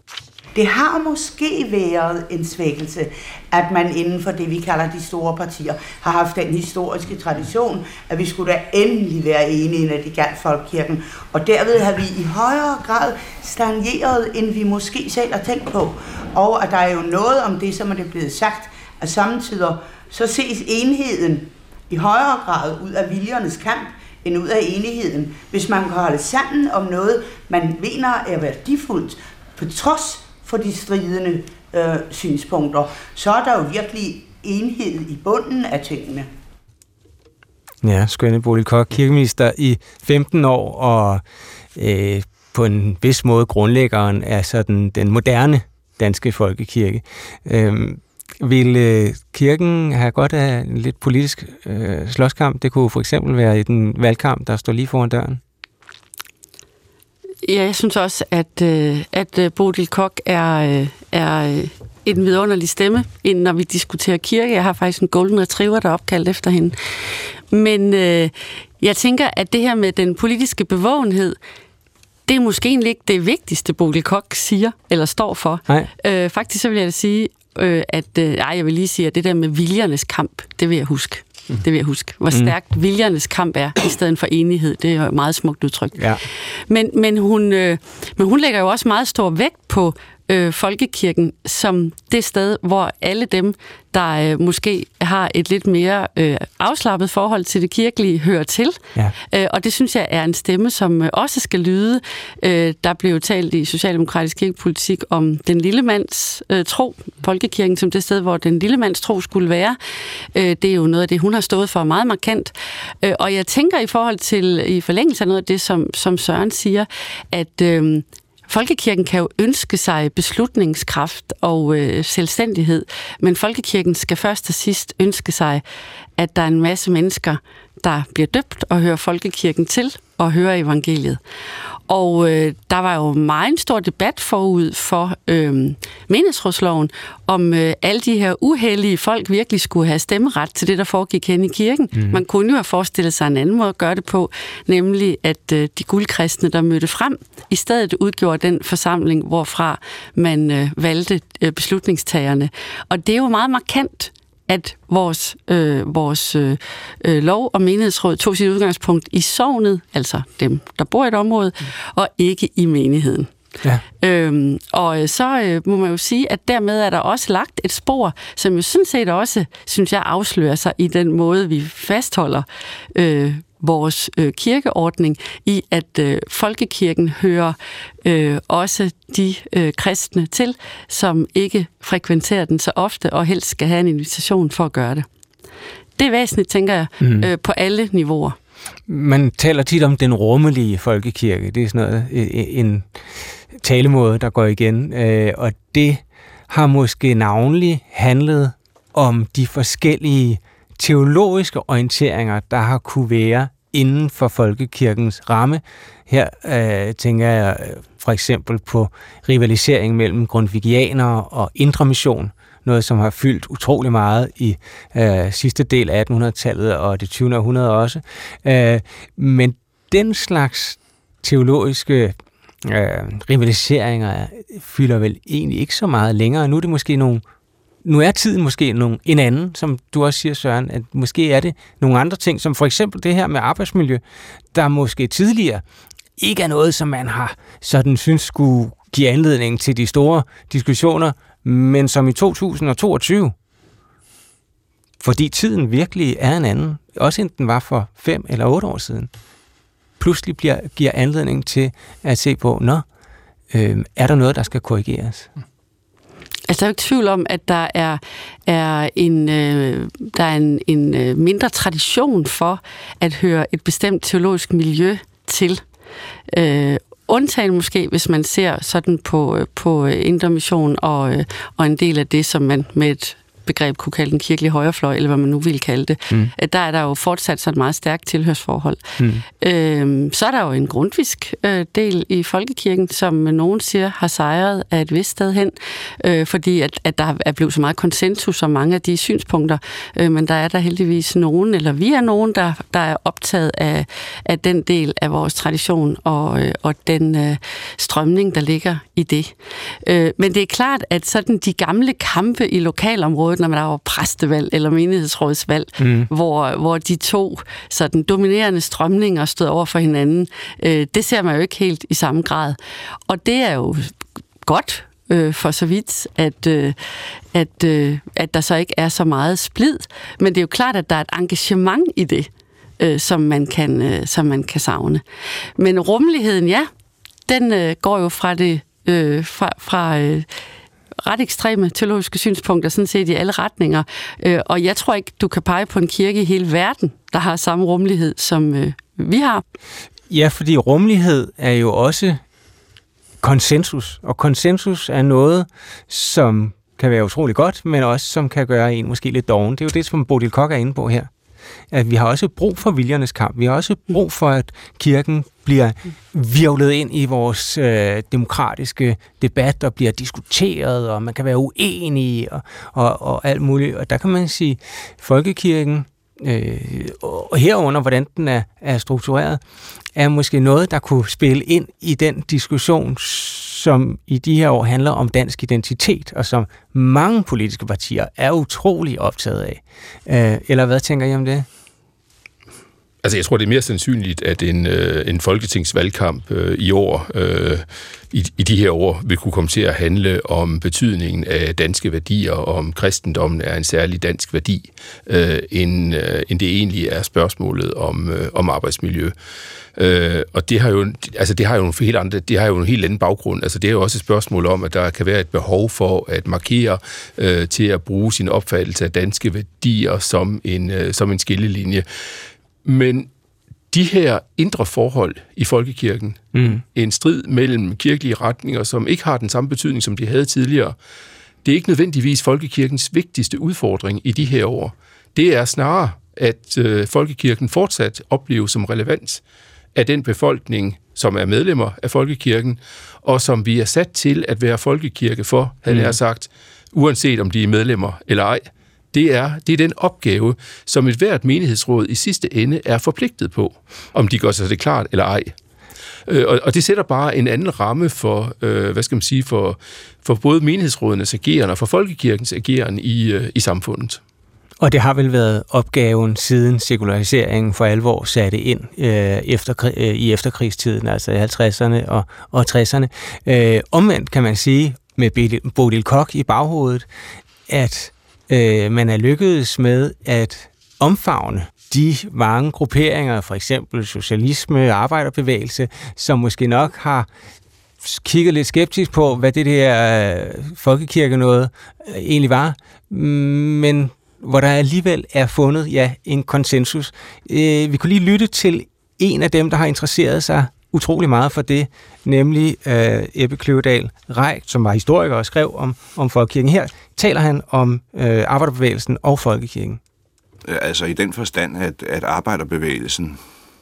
Det har måske været en svækkelse, at man inden for det, vi kalder de store partier, har haft den historiske tradition, at vi skulle da endelig være enige, når det galt folkekirken. Og derved har vi i højere grad stagneret, end vi måske selv har tænkt på. Og at der er jo noget om det, som er det blevet sagt, at samtidig så ses enheden i højere grad ud af viljernes kamp, end ud af enigheden. Hvis man kan holde sammen om noget, man mener er værdifuldt, på trods for de stridende øh, synspunkter, så er der jo virkelig enhed i bunden af tingene.
Ja, skønne Bodil Koch, kirkeminister i femten år, og øh, på en vis måde grundlæggeren af sådan den moderne danske folkekirke. Øh, vil øh, kirken have godt af en lidt politisk øh, slåskamp? Det kunne for eksempel være i den valgkamp, der står lige foran døren.
Ja, jeg synes også, at, at Bodil Koch er, er en vidunderlig stemme, når vi diskuterer kirke. Jeg har faktisk en golden retriever, der er opkaldt efter hende. Men øh, jeg tænker, at det her med den politiske bevågenhed, det er måske egentlig ikke det vigtigste, Bodil Koch siger eller står for. Nej. Øh, faktisk så vil jeg da sige, øh, at øh, ej, jeg vil lige sige, at det der med viljernes kamp, det vil jeg huske. Det vil jeg huske. Hvor stærkt mm. viljernes kamp er, i stedet for enighed. Det er jo et meget smukt udtryk. Ja. Men, men, hun, øh, men hun lægger jo også meget stor vægt på øh, folkekirken som det sted, hvor alle dem, der øh, måske har et lidt mere øh, afslappet forhold til det kirkelige, hører til. Ja. Øh, og det synes jeg er en stemme, som øh, også skal lyde. Øh, der blev talt i socialdemokratisk kirkepolitik om den lille mands øh, tro, folkekirken som det sted, hvor den lille mands tro skulle være. Øh, det er jo noget af det, hun har stået for meget markant. Øh, og jeg tænker i forhold til, i forlængelse af noget af det, som, som Søren siger, at øh, folkekirken kan jo ønske sig beslutningskraft og øh, selvstændighed, men folkekirken skal først og sidst ønske sig, at der er en masse mennesker, der bliver døbt og hører folkekirken til og hører evangeliet. Og øh, der var jo meget en stor debat forud for øh, menighedsrådsloven, om øh, alle de her uheldige folk virkelig skulle have stemmeret til det, der foregik hen i kirken. Mm. Man kunne jo have forestillet sig en anden måde at gøre det på, nemlig at øh, de guldkristne, der mødte frem, i stedet udgjorde den forsamling, hvorfra man øh, valgte øh, beslutningstagerne. Og det er jo meget markant, at vores, øh, vores øh, lov og menighedsråd tog sit udgangspunkt i sognet, altså dem, der bor i et område, mm. og ikke i menigheden. Ja. Øhm, og så øh, må man jo sige, at dermed er der også lagt et spor, som jo sådan set også, synes jeg, afslører sig i den måde, vi fastholder øh, vores øh, kirkeordning i, at øh, folkekirken hører øh, også de øh, kristne til, som ikke frekventerer den så ofte, og helst skal have en invitation for at gøre det. Det er væsentligt, tænker jeg, mm. øh, på alle niveauer.
Man taler tit om den rummelige folkekirke. Det er sådan noget, en talemåde, der går igen, øh, og det har måske navnlig handlet om de forskellige teologiske orienteringer, der har kunne være inden for folkekirkens ramme. Her øh, tænker jeg for eksempel på rivalisering mellem grundtvigianere og indre mission, noget som har fyldt utrolig meget i øh, sidste del af attenhundredetallet og det tyvende århundrede også. Øh, men den slags teologiske øh, rivaliseringer fylder vel egentlig ikke så meget længere. Nu er det måske nogle Nu er tiden måske nogle, en anden, som du også siger, Søren, at måske er det nogle andre ting, som for eksempel det her med arbejdsmiljø, der måske tidligere ikke er noget, som man har sådan synes skulle give anledning til de store diskussioner, men som i to tusind og toogtyve, fordi tiden virkelig er en anden, også end den var for fem eller otte år siden, pludselig bliver, giver anledning til at se på, nå, øh, er der noget, der skal korrigeres?
Altså, der er jo ikke tvivl om, at der er, er en, øh, der er en, en øh, mindre tradition for at høre et bestemt teologisk miljø til. Øh, undtagen måske, hvis man ser sådan på, på indre mission og, øh, og en del af det, som man med et begreb kunne kalde den kirkelige højrefløj, eller hvad man nu vil kalde det, mm. der er der jo fortsat sådan et meget stærkt tilhørsforhold. Mm. Øhm, så er der jo en grundtvisk øh, del i folkekirken, som nogen siger har sejret af et vist sted hen, øh, fordi at, at der er blevet så meget konsensus om mange af de synspunkter, øh, men der er der heldigvis nogen, eller vi er nogen, der, der er optaget af, af den del af vores tradition og, øh, og den øh, strømning, der ligger i det. Øh, men det er klart, at sådan de gamle kampe i lokalområdet, når man der var præstevalg eller menighedsrådsvalg, mm. hvor, hvor de to sådan dominerende strømninger stod over for hinanden. Øh, det ser man jo ikke helt i samme grad. Og det er jo godt øh, for så vidt, at, øh, at, øh, at der så ikke er så meget splid. Men det er jo klart, at der er et engagement i det, øh, som, man kan, øh, som man kan savne. Men rummeligheden, ja, den øh, går jo fra det øh, fra, fra øh, ret ekstreme teologiske synspunkter, sådan set i alle retninger. Og jeg tror ikke, du kan pege på en kirke i hele verden, der har samme rummelighed, som øh, vi har.
Ja, fordi rummelighed er jo også konsensus, og konsensus er noget, som kan være utrolig godt, men også som kan gøre en måske lidt doven. Det er jo det, som Bodil Koch er inde på her. At vi har også brug for viljernes kamp. Vi har også brug for, at kirken bliver virvlet ind i vores øh, demokratiske debat og bliver diskuteret, og man kan være uenig og, og, og alt muligt. Og der kan man sige, folkekirken, øh, og herunder, hvordan den er, er struktureret, er måske noget, der kunne spille ind i den diskussion, som i de her år handler om dansk identitet, og som mange politiske partier er utrolig optaget af. Øh, eller hvad tænker I om det?
Altså, jeg tror, det er mere sandsynligt, at en, øh, en folketingsvalgkamp øh, i år øh, i, i de her år vil kunne komme til at handle om betydningen af danske værdier, og om kristendommen er en særlig dansk værdi, øh, end, øh, end det egentlig er spørgsmålet om, øh, om arbejdsmiljø. Øh, og det har jo, altså det har jo en helt andre, det har jo en helt anden baggrund. Altså det er jo også et spørgsmål om, at der kan være et behov for at markere øh, til at bruge sin opfattelse af danske værdier som en, øh, som en skillelinje. Men de her indre forhold i folkekirken, mm. en strid mellem kirkelige retninger, som ikke har den samme betydning, som de havde tidligere, det er ikke nødvendigvis folkekirkens vigtigste udfordring i de her år. Det er snarere, at øh, folkekirken fortsat opleves som relevans af den befolkning, som er medlemmer af folkekirken, og som vi er sat til at være folkekirke for, havde mm. jeg sagt, uanset om de er medlemmer eller ej. Det er, det er den opgave, som et hvert menighedsråd i sidste ende er forpligtet på, om de gør sig det klart eller ej. Øh, og, og det sætter bare en anden ramme for, øh, hvad skal man sige, for, for både menighedsrådenes ageren og for folkekirkens ageren i, øh, i samfundet.
Og det har vel været opgaven siden sekulariseringen for alvor satte ind øh, efter, øh, i efterkrigstiden, altså i halvtredserne og, og tresserne. Øh, omvendt kan man sige, med Bodil Koch i baghovedet, at øh, man er lykkedes med at omfavne de mange grupperinger, for eksempel socialisme, arbejderbevægelse, som måske nok har kigget lidt skeptisk på, hvad det der øh, folkekirke noget øh, egentlig var, men hvor der alligevel er fundet ja, en konsensus. Øh, vi kunne lige lytte til en af dem, der har interesseret sig utrolig meget for det, nemlig øh, Ebbe Kløvedal Reich, som var historiker og skrev om, om folkekirken. Her taler han om øh, arbejderbevægelsen og folkekirken.
Altså i den forstand, at, at arbejderbevægelsen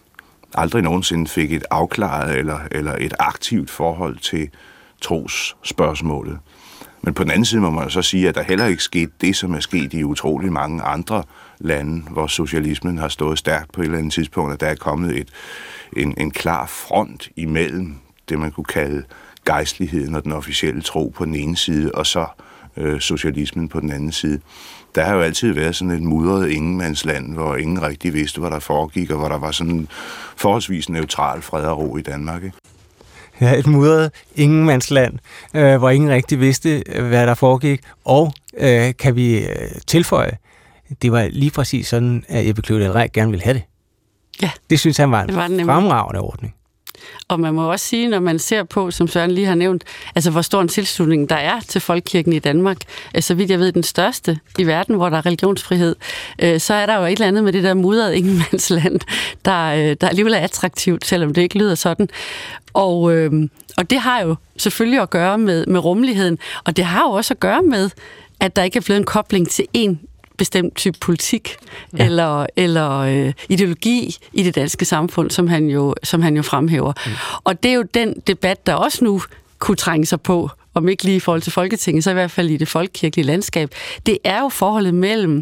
aldrig nogensinde fik et afklaret eller, eller et aktivt forhold til trosspørgsmålet. Men på den anden side må man så sige, at der heller ikke skete det, som er sket i utrolig mange andre lande, hvor socialismen har stået stærkt på et eller andet tidspunkt, at der er kommet et, en, en klar front imellem det, man kunne kalde gejstligheden og den officielle tro på den ene side, og så øh, socialismen på den anden side. Der har jo altid været sådan et mudret ingenmandsland, hvor ingen rigtig vidste, hvad der foregik, og hvor der var sådan en forholdsvis neutral fred og ro i Danmark, ikke?
Ja, et mudret ingenmandsland, øh, hvor ingen rigtig vidste, hvad der foregik. Og øh, kan vi øh, tilføje, det var lige præcis sådan, at Ebbe Kløvedal Reich gerne ville have det.
Ja.
Det synes han var en
var
fremragende ordning.
Og man må også sige, når man ser på, som Søren lige har nævnt, altså hvor stor en tilslutning der er til folkekirken i Danmark, så vidt jeg ved, den største i verden, hvor der er religionsfrihed, så er der jo et eller andet med det der mudrede ingenmandsland, der, der alligevel er attraktivt, selvom det ikke lyder sådan. Og, øh, og det har jo selvfølgelig at gøre med, med rummeligheden, og det har jo også at gøre med, at der ikke er blevet en kobling til én bestemt type politik ja. eller, eller øh, ideologi i det danske samfund, som han jo, som han jo fremhæver. Mm. Og det er jo den debat, der også nu kunne trænge sig på, om ikke lige i forhold til Folketinget, så i hvert fald i det folkekirkelige landskab. Det er jo forholdet mellem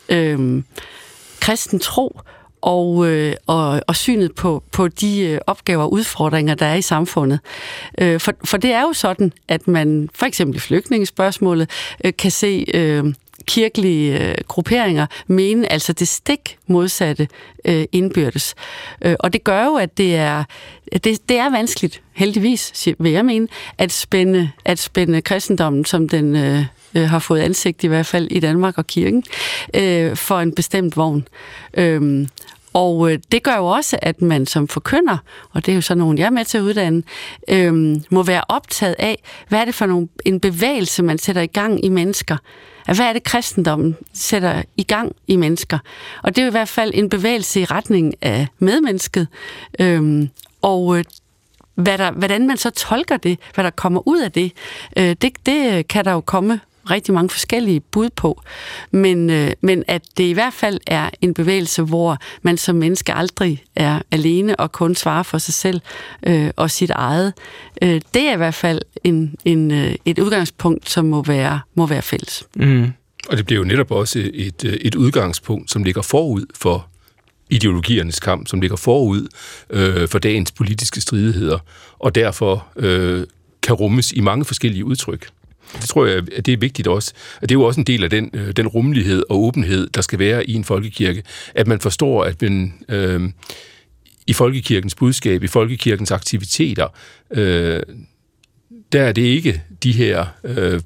øh, kristen tro og, øh, og, og synet på, på de øh, opgaver og udfordringer, der er i samfundet. Øh, for, for det er jo sådan, at man for eksempel i flygtningespørgsmålet øh, kan se øh, kirkelige øh, grupperinger mene altså det stik modsatte øh, indbyrdes. Øh, og det gør jo, at det er, det, det er vanskeligt, heldigvis, vil jeg mene, at spænde, at spænde kristendommen, som den øh, har fået ansigt i hvert fald i Danmark og kirken, øh, for en bestemt vogn. Øh, Og det gør jo også, at man som forkynder, og det er jo så nogen, jeg er med til at uddanne, øhm, må være optaget af, hvad er det for nogle, en bevægelse, man sætter i gang i mennesker? Hvad er det, kristendommen sætter i gang i mennesker? Og det er jo i hvert fald en bevægelse i retning af medmennesket. Øhm, og hvad der, hvordan man så tolker det, hvad der kommer ud af det, øh, det, det kan der jo komme rigtig mange forskellige bud på, men, øh, men at det i hvert fald er en bevægelse, hvor man som menneske aldrig er alene og kun svarer for sig selv øh, og sit eget. Øh, det er i hvert fald en, en, øh, et udgangspunkt, som må være, må være fælles.
Mm. Og det bliver jo netop også et, et udgangspunkt, som ligger forud for ideologiernes kamp, som ligger forud øh, for dagens politiske stridigheder, og derfor øh, kan rummes i mange forskellige udtryk. Det tror jeg, at det er vigtigt også. Og det er jo også en del af den, den rummelighed og åbenhed, der skal være i en folkekirke, at man forstår, at man øh, i folkekirkens budskab, i folkekirkens aktiviteter, øh, der er det ikke de her øh,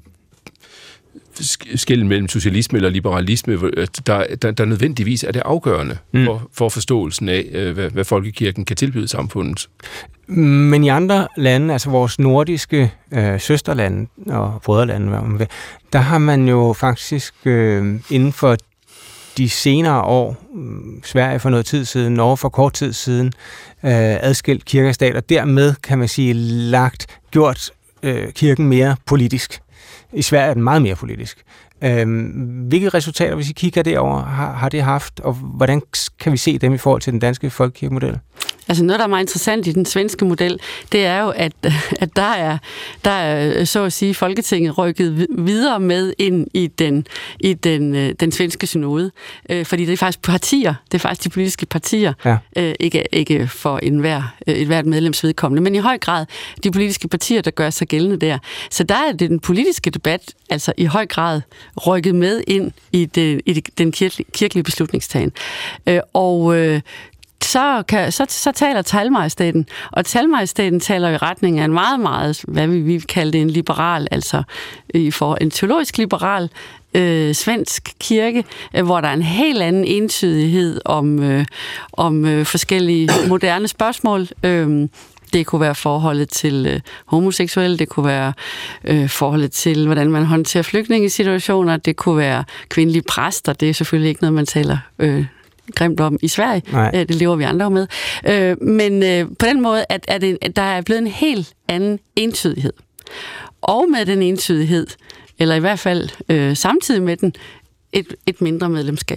skel mellem socialisme eller liberalisme, der, der, der nødvendigvis er det afgørende mm. for, for forståelsen af, øh, hvad, hvad folkekirken kan tilbyde samfundet.
Men i andre lande, altså vores nordiske øh, søsterlande og brødrelande, der har man jo faktisk øh, inden for de senere år, Sverige for noget tid siden, Norge for kort tid siden, øh, adskilt kirke og stat, og dermed, kan man sige, lagt, gjort øh, kirken mere politisk. I Sverige er den meget mere politisk. Øhm, hvilke resultater, hvis I kigger derover, har, har det haft, og hvordan kan vi se dem i forhold til den danske folkekirkemodel?
Altså noget, der er meget interessant i den svenske model, det er jo, at, at der, er, der er, så at sige, Folketinget rykket videre med ind i den, i den, den svenske synode. Øh, fordi det er faktisk partier, det er faktisk de politiske partier, ja. øh, ikke, ikke for enhver, et hvert medlems vedkommende, men i høj grad de politiske partier, der gør sig gældende der. Så der er det den politiske debat, altså i høj grad rykket med ind i, det, i den kirkelige, kirkelige beslutningstagen. Øh, og øh, Så, kan, så, så taler talmajestaten, og talmajestaten taler i retning af en meget, meget, hvad vi vil kalde det, en liberal, altså i for en teologisk liberal øh, svensk kirke, øh, hvor der er en helt anden entydighed om, øh, om øh, forskellige moderne spørgsmål. Øh, Det kunne være forholdet til øh, homoseksuelle, det kunne være øh, forholdet til, hvordan man håndterer flygtningesituationer, det kunne være kvindelige præster, det er selvfølgelig ikke noget, man taler øh, grimt om i Sverige. Nej. Det lever vi andre med. Øh, men øh, på den måde, at, at, det, at der er blevet en helt anden entydighed. Og med den entydighed, eller i hvert fald øh, samtidig med den, et, et mindre medlemskab.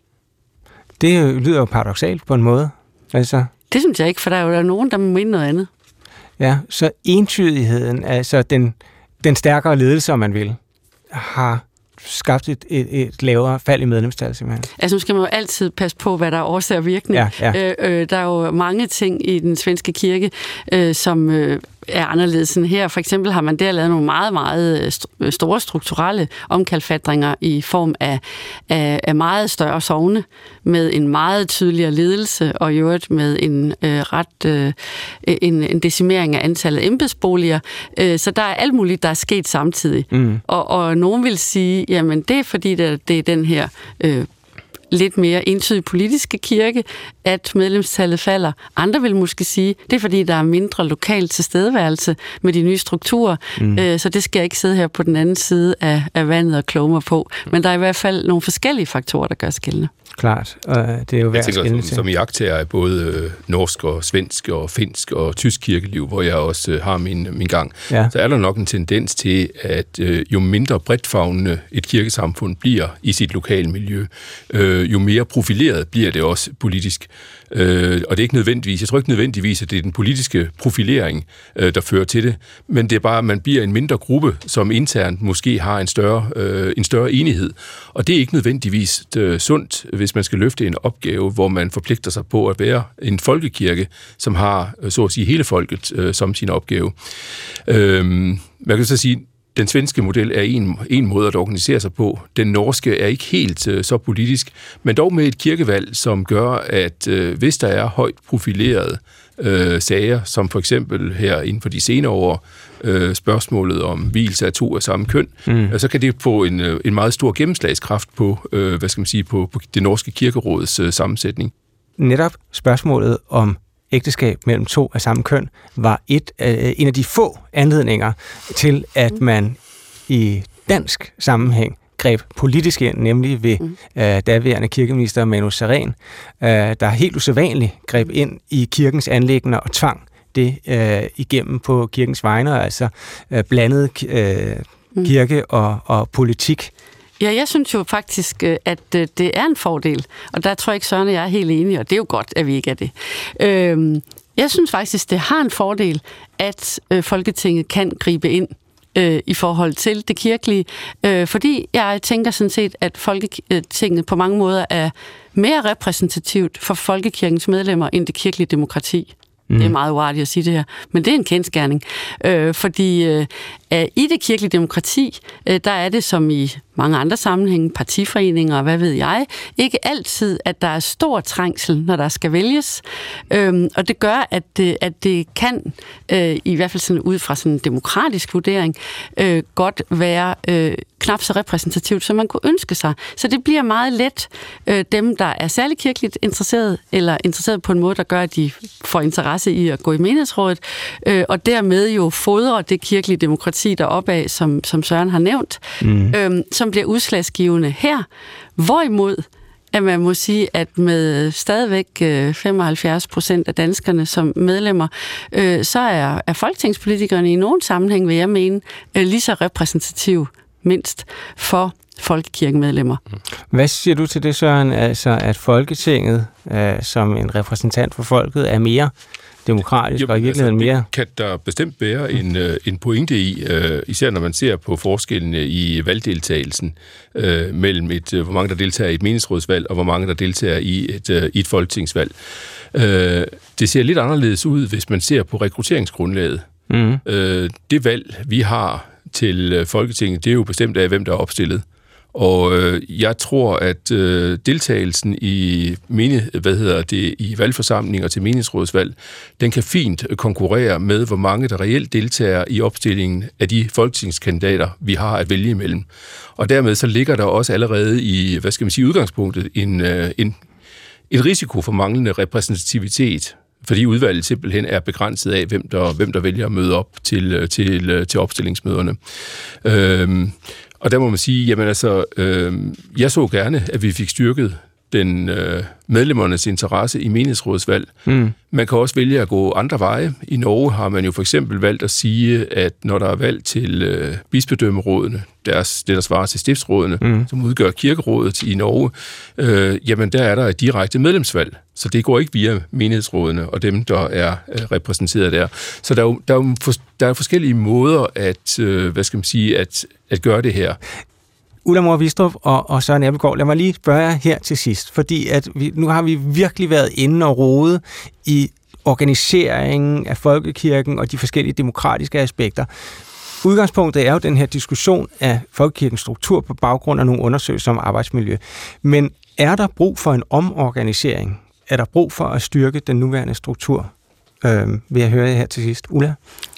Det lyder jo paradoksalt på en måde. Altså.
Det synes jeg ikke, for der er jo der er nogen, der mener noget andet.
Ja, så entydigheden, altså den, den stærkere ledelse, om man vil, har skabt et, et, et lavere fald i medlemstal, simpelthen.
Altså nu skal man jo altid passe på, hvad der er årsag og virkning. Ja, ja. Øh, øh, der er jo mange ting i den svenske kirke, øh, som øh, er anderledes end her. For eksempel har man der lavet nogle meget, meget store strukturelle omkalfatringer i form af, af, af meget større sogne, med en meget tydeligere ledelse, og i øvrigt med en øh, ret øh, en, en decimering af antallet af embedsboliger. Øh, så der er alt muligt, der er sket samtidig. Mm. Og, og nogen vil sige, jamen det er fordi, det, det er den her øh, lidt mere entydig politiske kirke, at medlemstallet falder. Andre vil måske sige, det er fordi, der er mindre lokal tilstedeværelse med de nye strukturer, mm. øh, så det skal jeg ikke sidde her på den anden side af, af vandet og kloge mig på. Men der er i hvert fald nogle forskellige faktorer, der gør sig gældende.
Klart, og det er jo værd at skille til.
Som iagttager af både øh, norsk og svensk og finsk og tysk kirkeliv, hvor jeg også øh, har min, min gang, ja. Så er der nok en tendens til, at øh, jo mindre bredtfavnende et kirkesamfund bliver i sit lokale miljø, øh, jo mere profileret bliver det også politisk. Øh, og det er ikke nødvendigvis, jeg tror ikke nødvendigvis, at det er den politiske profilering, øh, der fører til det, men det er bare, at man bliver en mindre gruppe, som internt måske har en større, øh, en større enighed. Og det er ikke nødvendigvis øh, sundt, hvis man skal løfte en opgave, hvor man forpligter sig på at være en folkekirke, som har, så at sige, hele folket øh, som sin opgave. Øh, man kan så sige, den svenske model er en, en måde at organisere sig på. Den norske er ikke helt øh, så politisk, men dog med et kirkevalg, som gør, at øh, hvis der er højt profilerede øh, sager, som for eksempel her inden for de senere år, øh, spørgsmålet om vielse af to af samme køn, mm. øh, så kan det få en, en meget stor gennemslagskraft på, øh, hvad skal man sige, på, på det norske kirkeråds øh, sammensætning.
Netop spørgsmålet om ægteskab mellem to af samme køn var et, øh, en af de få anledninger til, at man i dansk sammenhæng greb politisk ind, nemlig ved øh, daværende kirkeminister Manu Sareen, øh, der helt usædvanligt greb ind i kirkens anliggender og tvang det øh, igennem på kirkens vegne, altså øh, blandet øh, kirke og, og politik.
Ja, jeg synes jo faktisk, at det er en fordel, og der tror jeg ikke, Søren og jeg er helt enige, og det er jo godt, at vi ikke er det. Jeg synes faktisk, det har en fordel, at Folketinget kan gribe ind i forhold til det kirkelige, fordi jeg tænker sådan set, at Folketinget på mange måder er mere repræsentativt for folkekirkens medlemmer end det kirkelige demokrati. Mm. Det er meget uartigt at sige det her, men det er en kendsgerning. Øh, fordi øh, i det kirkelige demokrati, øh, der er det som i mange andre sammenhænge, partiforeninger og hvad ved jeg, ikke altid, at der er stor trængsel, når der skal vælges. Øhm, og det gør, at det, at det kan, øh, i hvert fald sådan ud fra sådan en demokratisk vurdering, øh, godt være øh, knap så repræsentativt, som man kunne ønske sig. Så det bliver meget let øh, dem, der er særlig kirkeligt interesseret, eller interesseret på en måde, der gør, at de får interesse i at gå i menighedsrådet, øh, og dermed jo fodrer det kirkelige demokrati deroppe af, som, som Søren har nævnt, mm. øh, som bliver udslagsgivende her. Hvorimod, at man må sige, at med stadigvæk femoghalvfjerds procent af danskerne som medlemmer, øh, så er, er folketingspolitikerne i nogen sammenhæng, vil jeg mene, øh, lige så repræsentativ mindst for folkekirkemedlemmer.
Hvad siger du til det, Søren? Altså, at Folketinget øh, som en repræsentant for folket er mere demokratisk, jo, og i virkeligheden altså, mere...
kan der bestemt være en, en pointe i, uh, især når man ser på forskellene i valgdeltagelsen uh, mellem et, uh, hvor mange der deltager i et menighedsrådsvalg, og hvor mange der deltager i et, uh, i et folketingsvalg. Uh, det ser lidt anderledes ud, hvis man ser på rekrutteringsgrundlaget. Mm. Uh, det valg, vi har til uh, Folketinget, det er jo bestemt af, hvem der er opstillet. Og øh, jeg tror, at øh, deltagelsen i, menighed, hvad hedder det, i valgforsamlinger til menighedsrådsvalg, den kan fint konkurrere med, hvor mange der reelt deltager i opstillingen af de folketingskandidater, vi har at vælge imellem. Og dermed så ligger der også allerede i, hvad skal man sige, udgangspunktet en, øh, en, en risiko for manglende repræsentativitet, fordi udvalget simpelthen er begrænset af, hvem der, hvem der vælger at møde op til, til, til opstillingsmøderne. Øh, Og der må man sige, jamen altså, øh, jeg så gerne, at vi fik styrket den øh, medlemmernes interesse i menighedsrådsvalg. Mm. Man kan også vælge at gå andre veje. I Norge har man jo for eksempel valgt at sige, at når der er valg til øh, bispedømmerådene, deres, det der svarer til stiftsrådene, mm. som udgør kirkerådet i Norge, øh, jamen der er der et direkte medlemsvalg. Så det går ikke via menighedsrådene og dem, der er øh, repræsenteret der. Så der er jo, der er jo for, der er forskellige måder at, øh, hvad skal man sige, at, at gøre det her.
Ulla Mohr Wistrup og, og Søren Abildgaard, lad mig lige spørge jer her til sidst, fordi at vi, nu har vi virkelig været inde og rode i organiseringen af folkekirken og de forskellige demokratiske aspekter. Udgangspunktet er jo den her diskussion af folkekirkens struktur på baggrund af nogle undersøgelser om arbejdsmiljø. Men er der brug for en omorganisering? Er der brug for at styrke den nuværende struktur? Øh, vil jeg høre jer her til sidst. Ulla?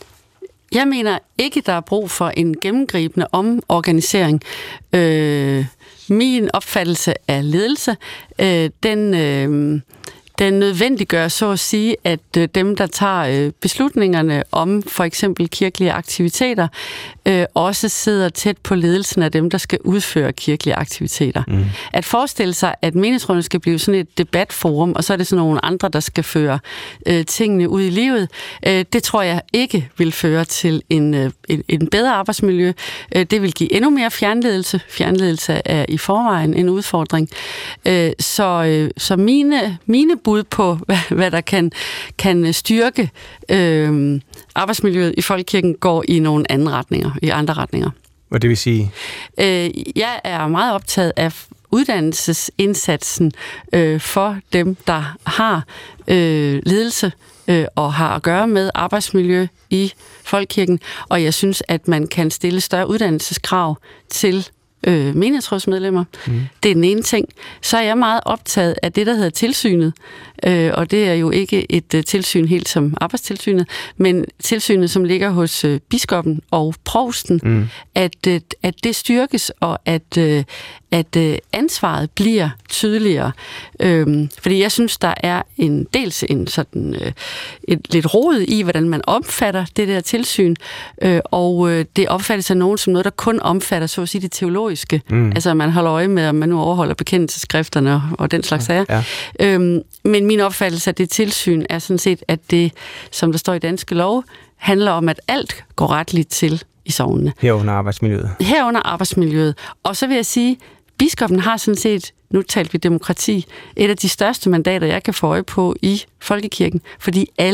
Jeg mener ikke, der er brug for en gennemgribende omorganisering. Øh, min opfattelse af ledelse, øh, den, øh, den nødvendiggør så at sige, at øh, dem, der tager øh, beslutningerne om for eksempel kirkelige aktiviteter, øh, også sidder tæt på ledelsen af dem, der skal udføre kirkelige aktiviteter. Mm. At forestille sig, at menighedsrådene skal blive sådan et debatforum, og så er det sådan nogle andre, der skal føre øh, tingene ud i livet, øh, det tror jeg ikke vil føre til en, øh, en, en bedre arbejdsmiljø. Øh, det vil give endnu mere fjernledelse. Fjernledelse er i forvejen en udfordring. Øh, så, øh, så mine, mine bud på, hvad, hvad der kan, kan styrke øh, arbejdsmiljøet i folkekirken, går i nogle andre retninger, i andre retninger.
Hvad det vil sige?
Øh, jeg er meget optaget af uddannelsesindsatsen øh, for dem, der har øh, ledelse øh, og har at gøre med arbejdsmiljø i folkekirken, og jeg synes, at man kan stille større uddannelseskrav til øh, menighedsrådsmedlemmer. Mm. Det er den ene ting. Så er jeg meget optaget af det, der hedder tilsynet, øh, og det er jo ikke et uh, tilsyn helt som arbejdstilsynet, men tilsynet, som ligger hos øh, biskoppen og provsten, mm. at, øh, at det styrkes, og at, øh, at øh, ansvaret bliver tydeligere. Øh, fordi jeg synes, der er en dels en sådan øh, et, lidt rod i, hvordan man opfatter det der tilsyn, øh, og øh, det opfattes af nogen som noget, der kun omfatter, så at sige, det teologiske. Mm. Altså, man holder øje med, om man nu overholder bekendelsesskrifterne og, og den slags sager. Ja. Øhm, men min opfattelse af det tilsyn er sådan set, at det, som der står i danske lov, handler om, at alt går retligt til i sognene.
Herunder arbejdsmiljøet.
Herunder arbejdsmiljøet. Og så vil jeg sige, biskoppen har sådan set, nu talte vi demokrati, et af de største mandater, jeg kan få øje på i folkekirken, fordi alle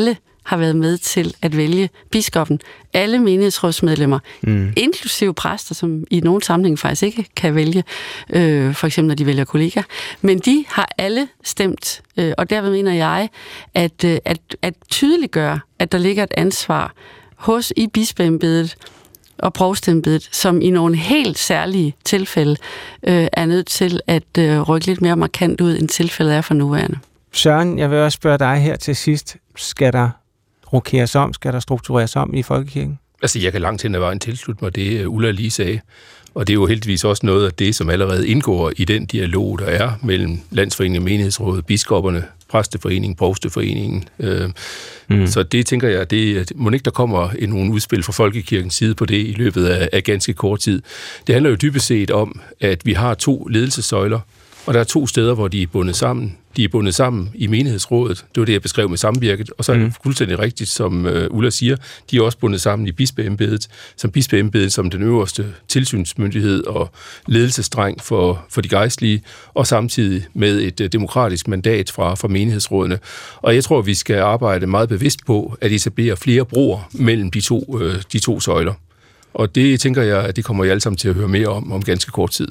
har været med til at vælge biskoppen. Alle menighedsrådsmedlemmer, mm. inklusive præster, som i nogle sammenhænge faktisk ikke kan vælge, øh, for eksempel når de vælger kollegaer, men de har alle stemt, øh, og derved mener jeg, at, øh, at, at tydeliggøre, at der ligger et ansvar hos i bispeembedet og provstembedet, som i nogle helt særlige tilfælde øh, er nødt til at øh, rykke lidt mere markant ud, end tilfældet er for nuværende.
Søren, jeg vil også spørge dig her til sidst. Skal der rokeres om? Skal der struktureres om i folkekirken?
Altså, jeg kan langt hen ad vejen tilslutte mig det, Ulla lige sagde. Og det er jo heldigvis også noget af det, som allerede indgår i den dialog, der er mellem Landsforeningen, Menighedsrådet, biskopperne, Præsteforeningen, Provsteforeningen. Mm. Så det tænker jeg, det må ikke der kommer en nogle udspil fra folkekirkens side på det i løbet af, af ganske kort tid. Det handler jo dybest set om, at vi har to ledelsessøjler, og der er to steder, hvor de er bundet sammen. De er bundet sammen i menighedsrådet. Det var det, jeg beskrev med samvirket. Og så er det mm. fuldstændig rigtigt, som uh, Ulla siger, de er også bundet sammen i bispeembedet, som bispeembedet som den øverste tilsynsmyndighed og ledelsesdreng for, for de gejstlige, og samtidig med et uh, demokratisk mandat fra, fra menighedsrådene. Og jeg tror, vi skal arbejde meget bevidst på at etablere flere broer mellem de to, uh, de to søjler. Og det tænker jeg, at det kommer I alle sammen til at høre mere om om ganske kort tid.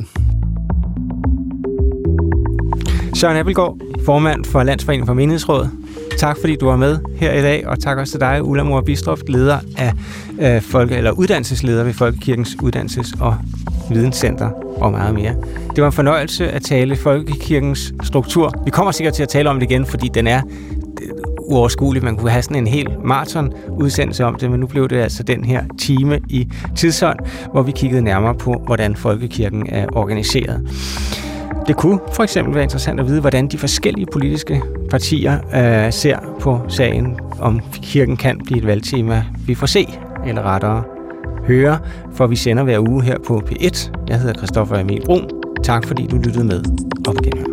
Søren Appelgaard, formand for Landsforeningen for Menighedsrådet. Tak fordi du var med her i dag, og tak også til dig, Ulla Mohr Bidstrup, leder af øh, folke, eller uddannelsesleder ved Folkekirkens Uddannelses- og Videnscenter og meget mere. Det var en fornøjelse at tale Folkekirkens struktur. Vi kommer sikkert til at tale om det igen, fordi den er uoverskuelig. Man kunne have sådan en hel maraton-udsendelse om det, men nu blev det altså den her time i Tidsånd, hvor vi kiggede nærmere på, hvordan Folkekirken er organiseret. Det kunne for eksempel være interessant at vide, hvordan de forskellige politiske partier øh, ser på sagen, om kirken kan blive et valgtema. Vi får se, eller rettere høre, for vi sender hver uge her på P et. Jeg hedder Christoffer Emil Brun. Tak fordi du lyttede med. Op igen.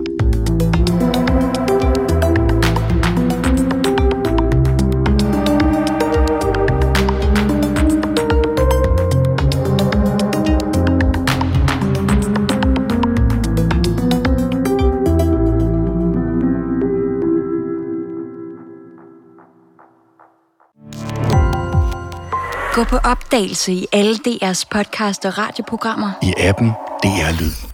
Gå på opdagelse i alle D R's podcast og radioprogrammer.
I appen D R Lyd.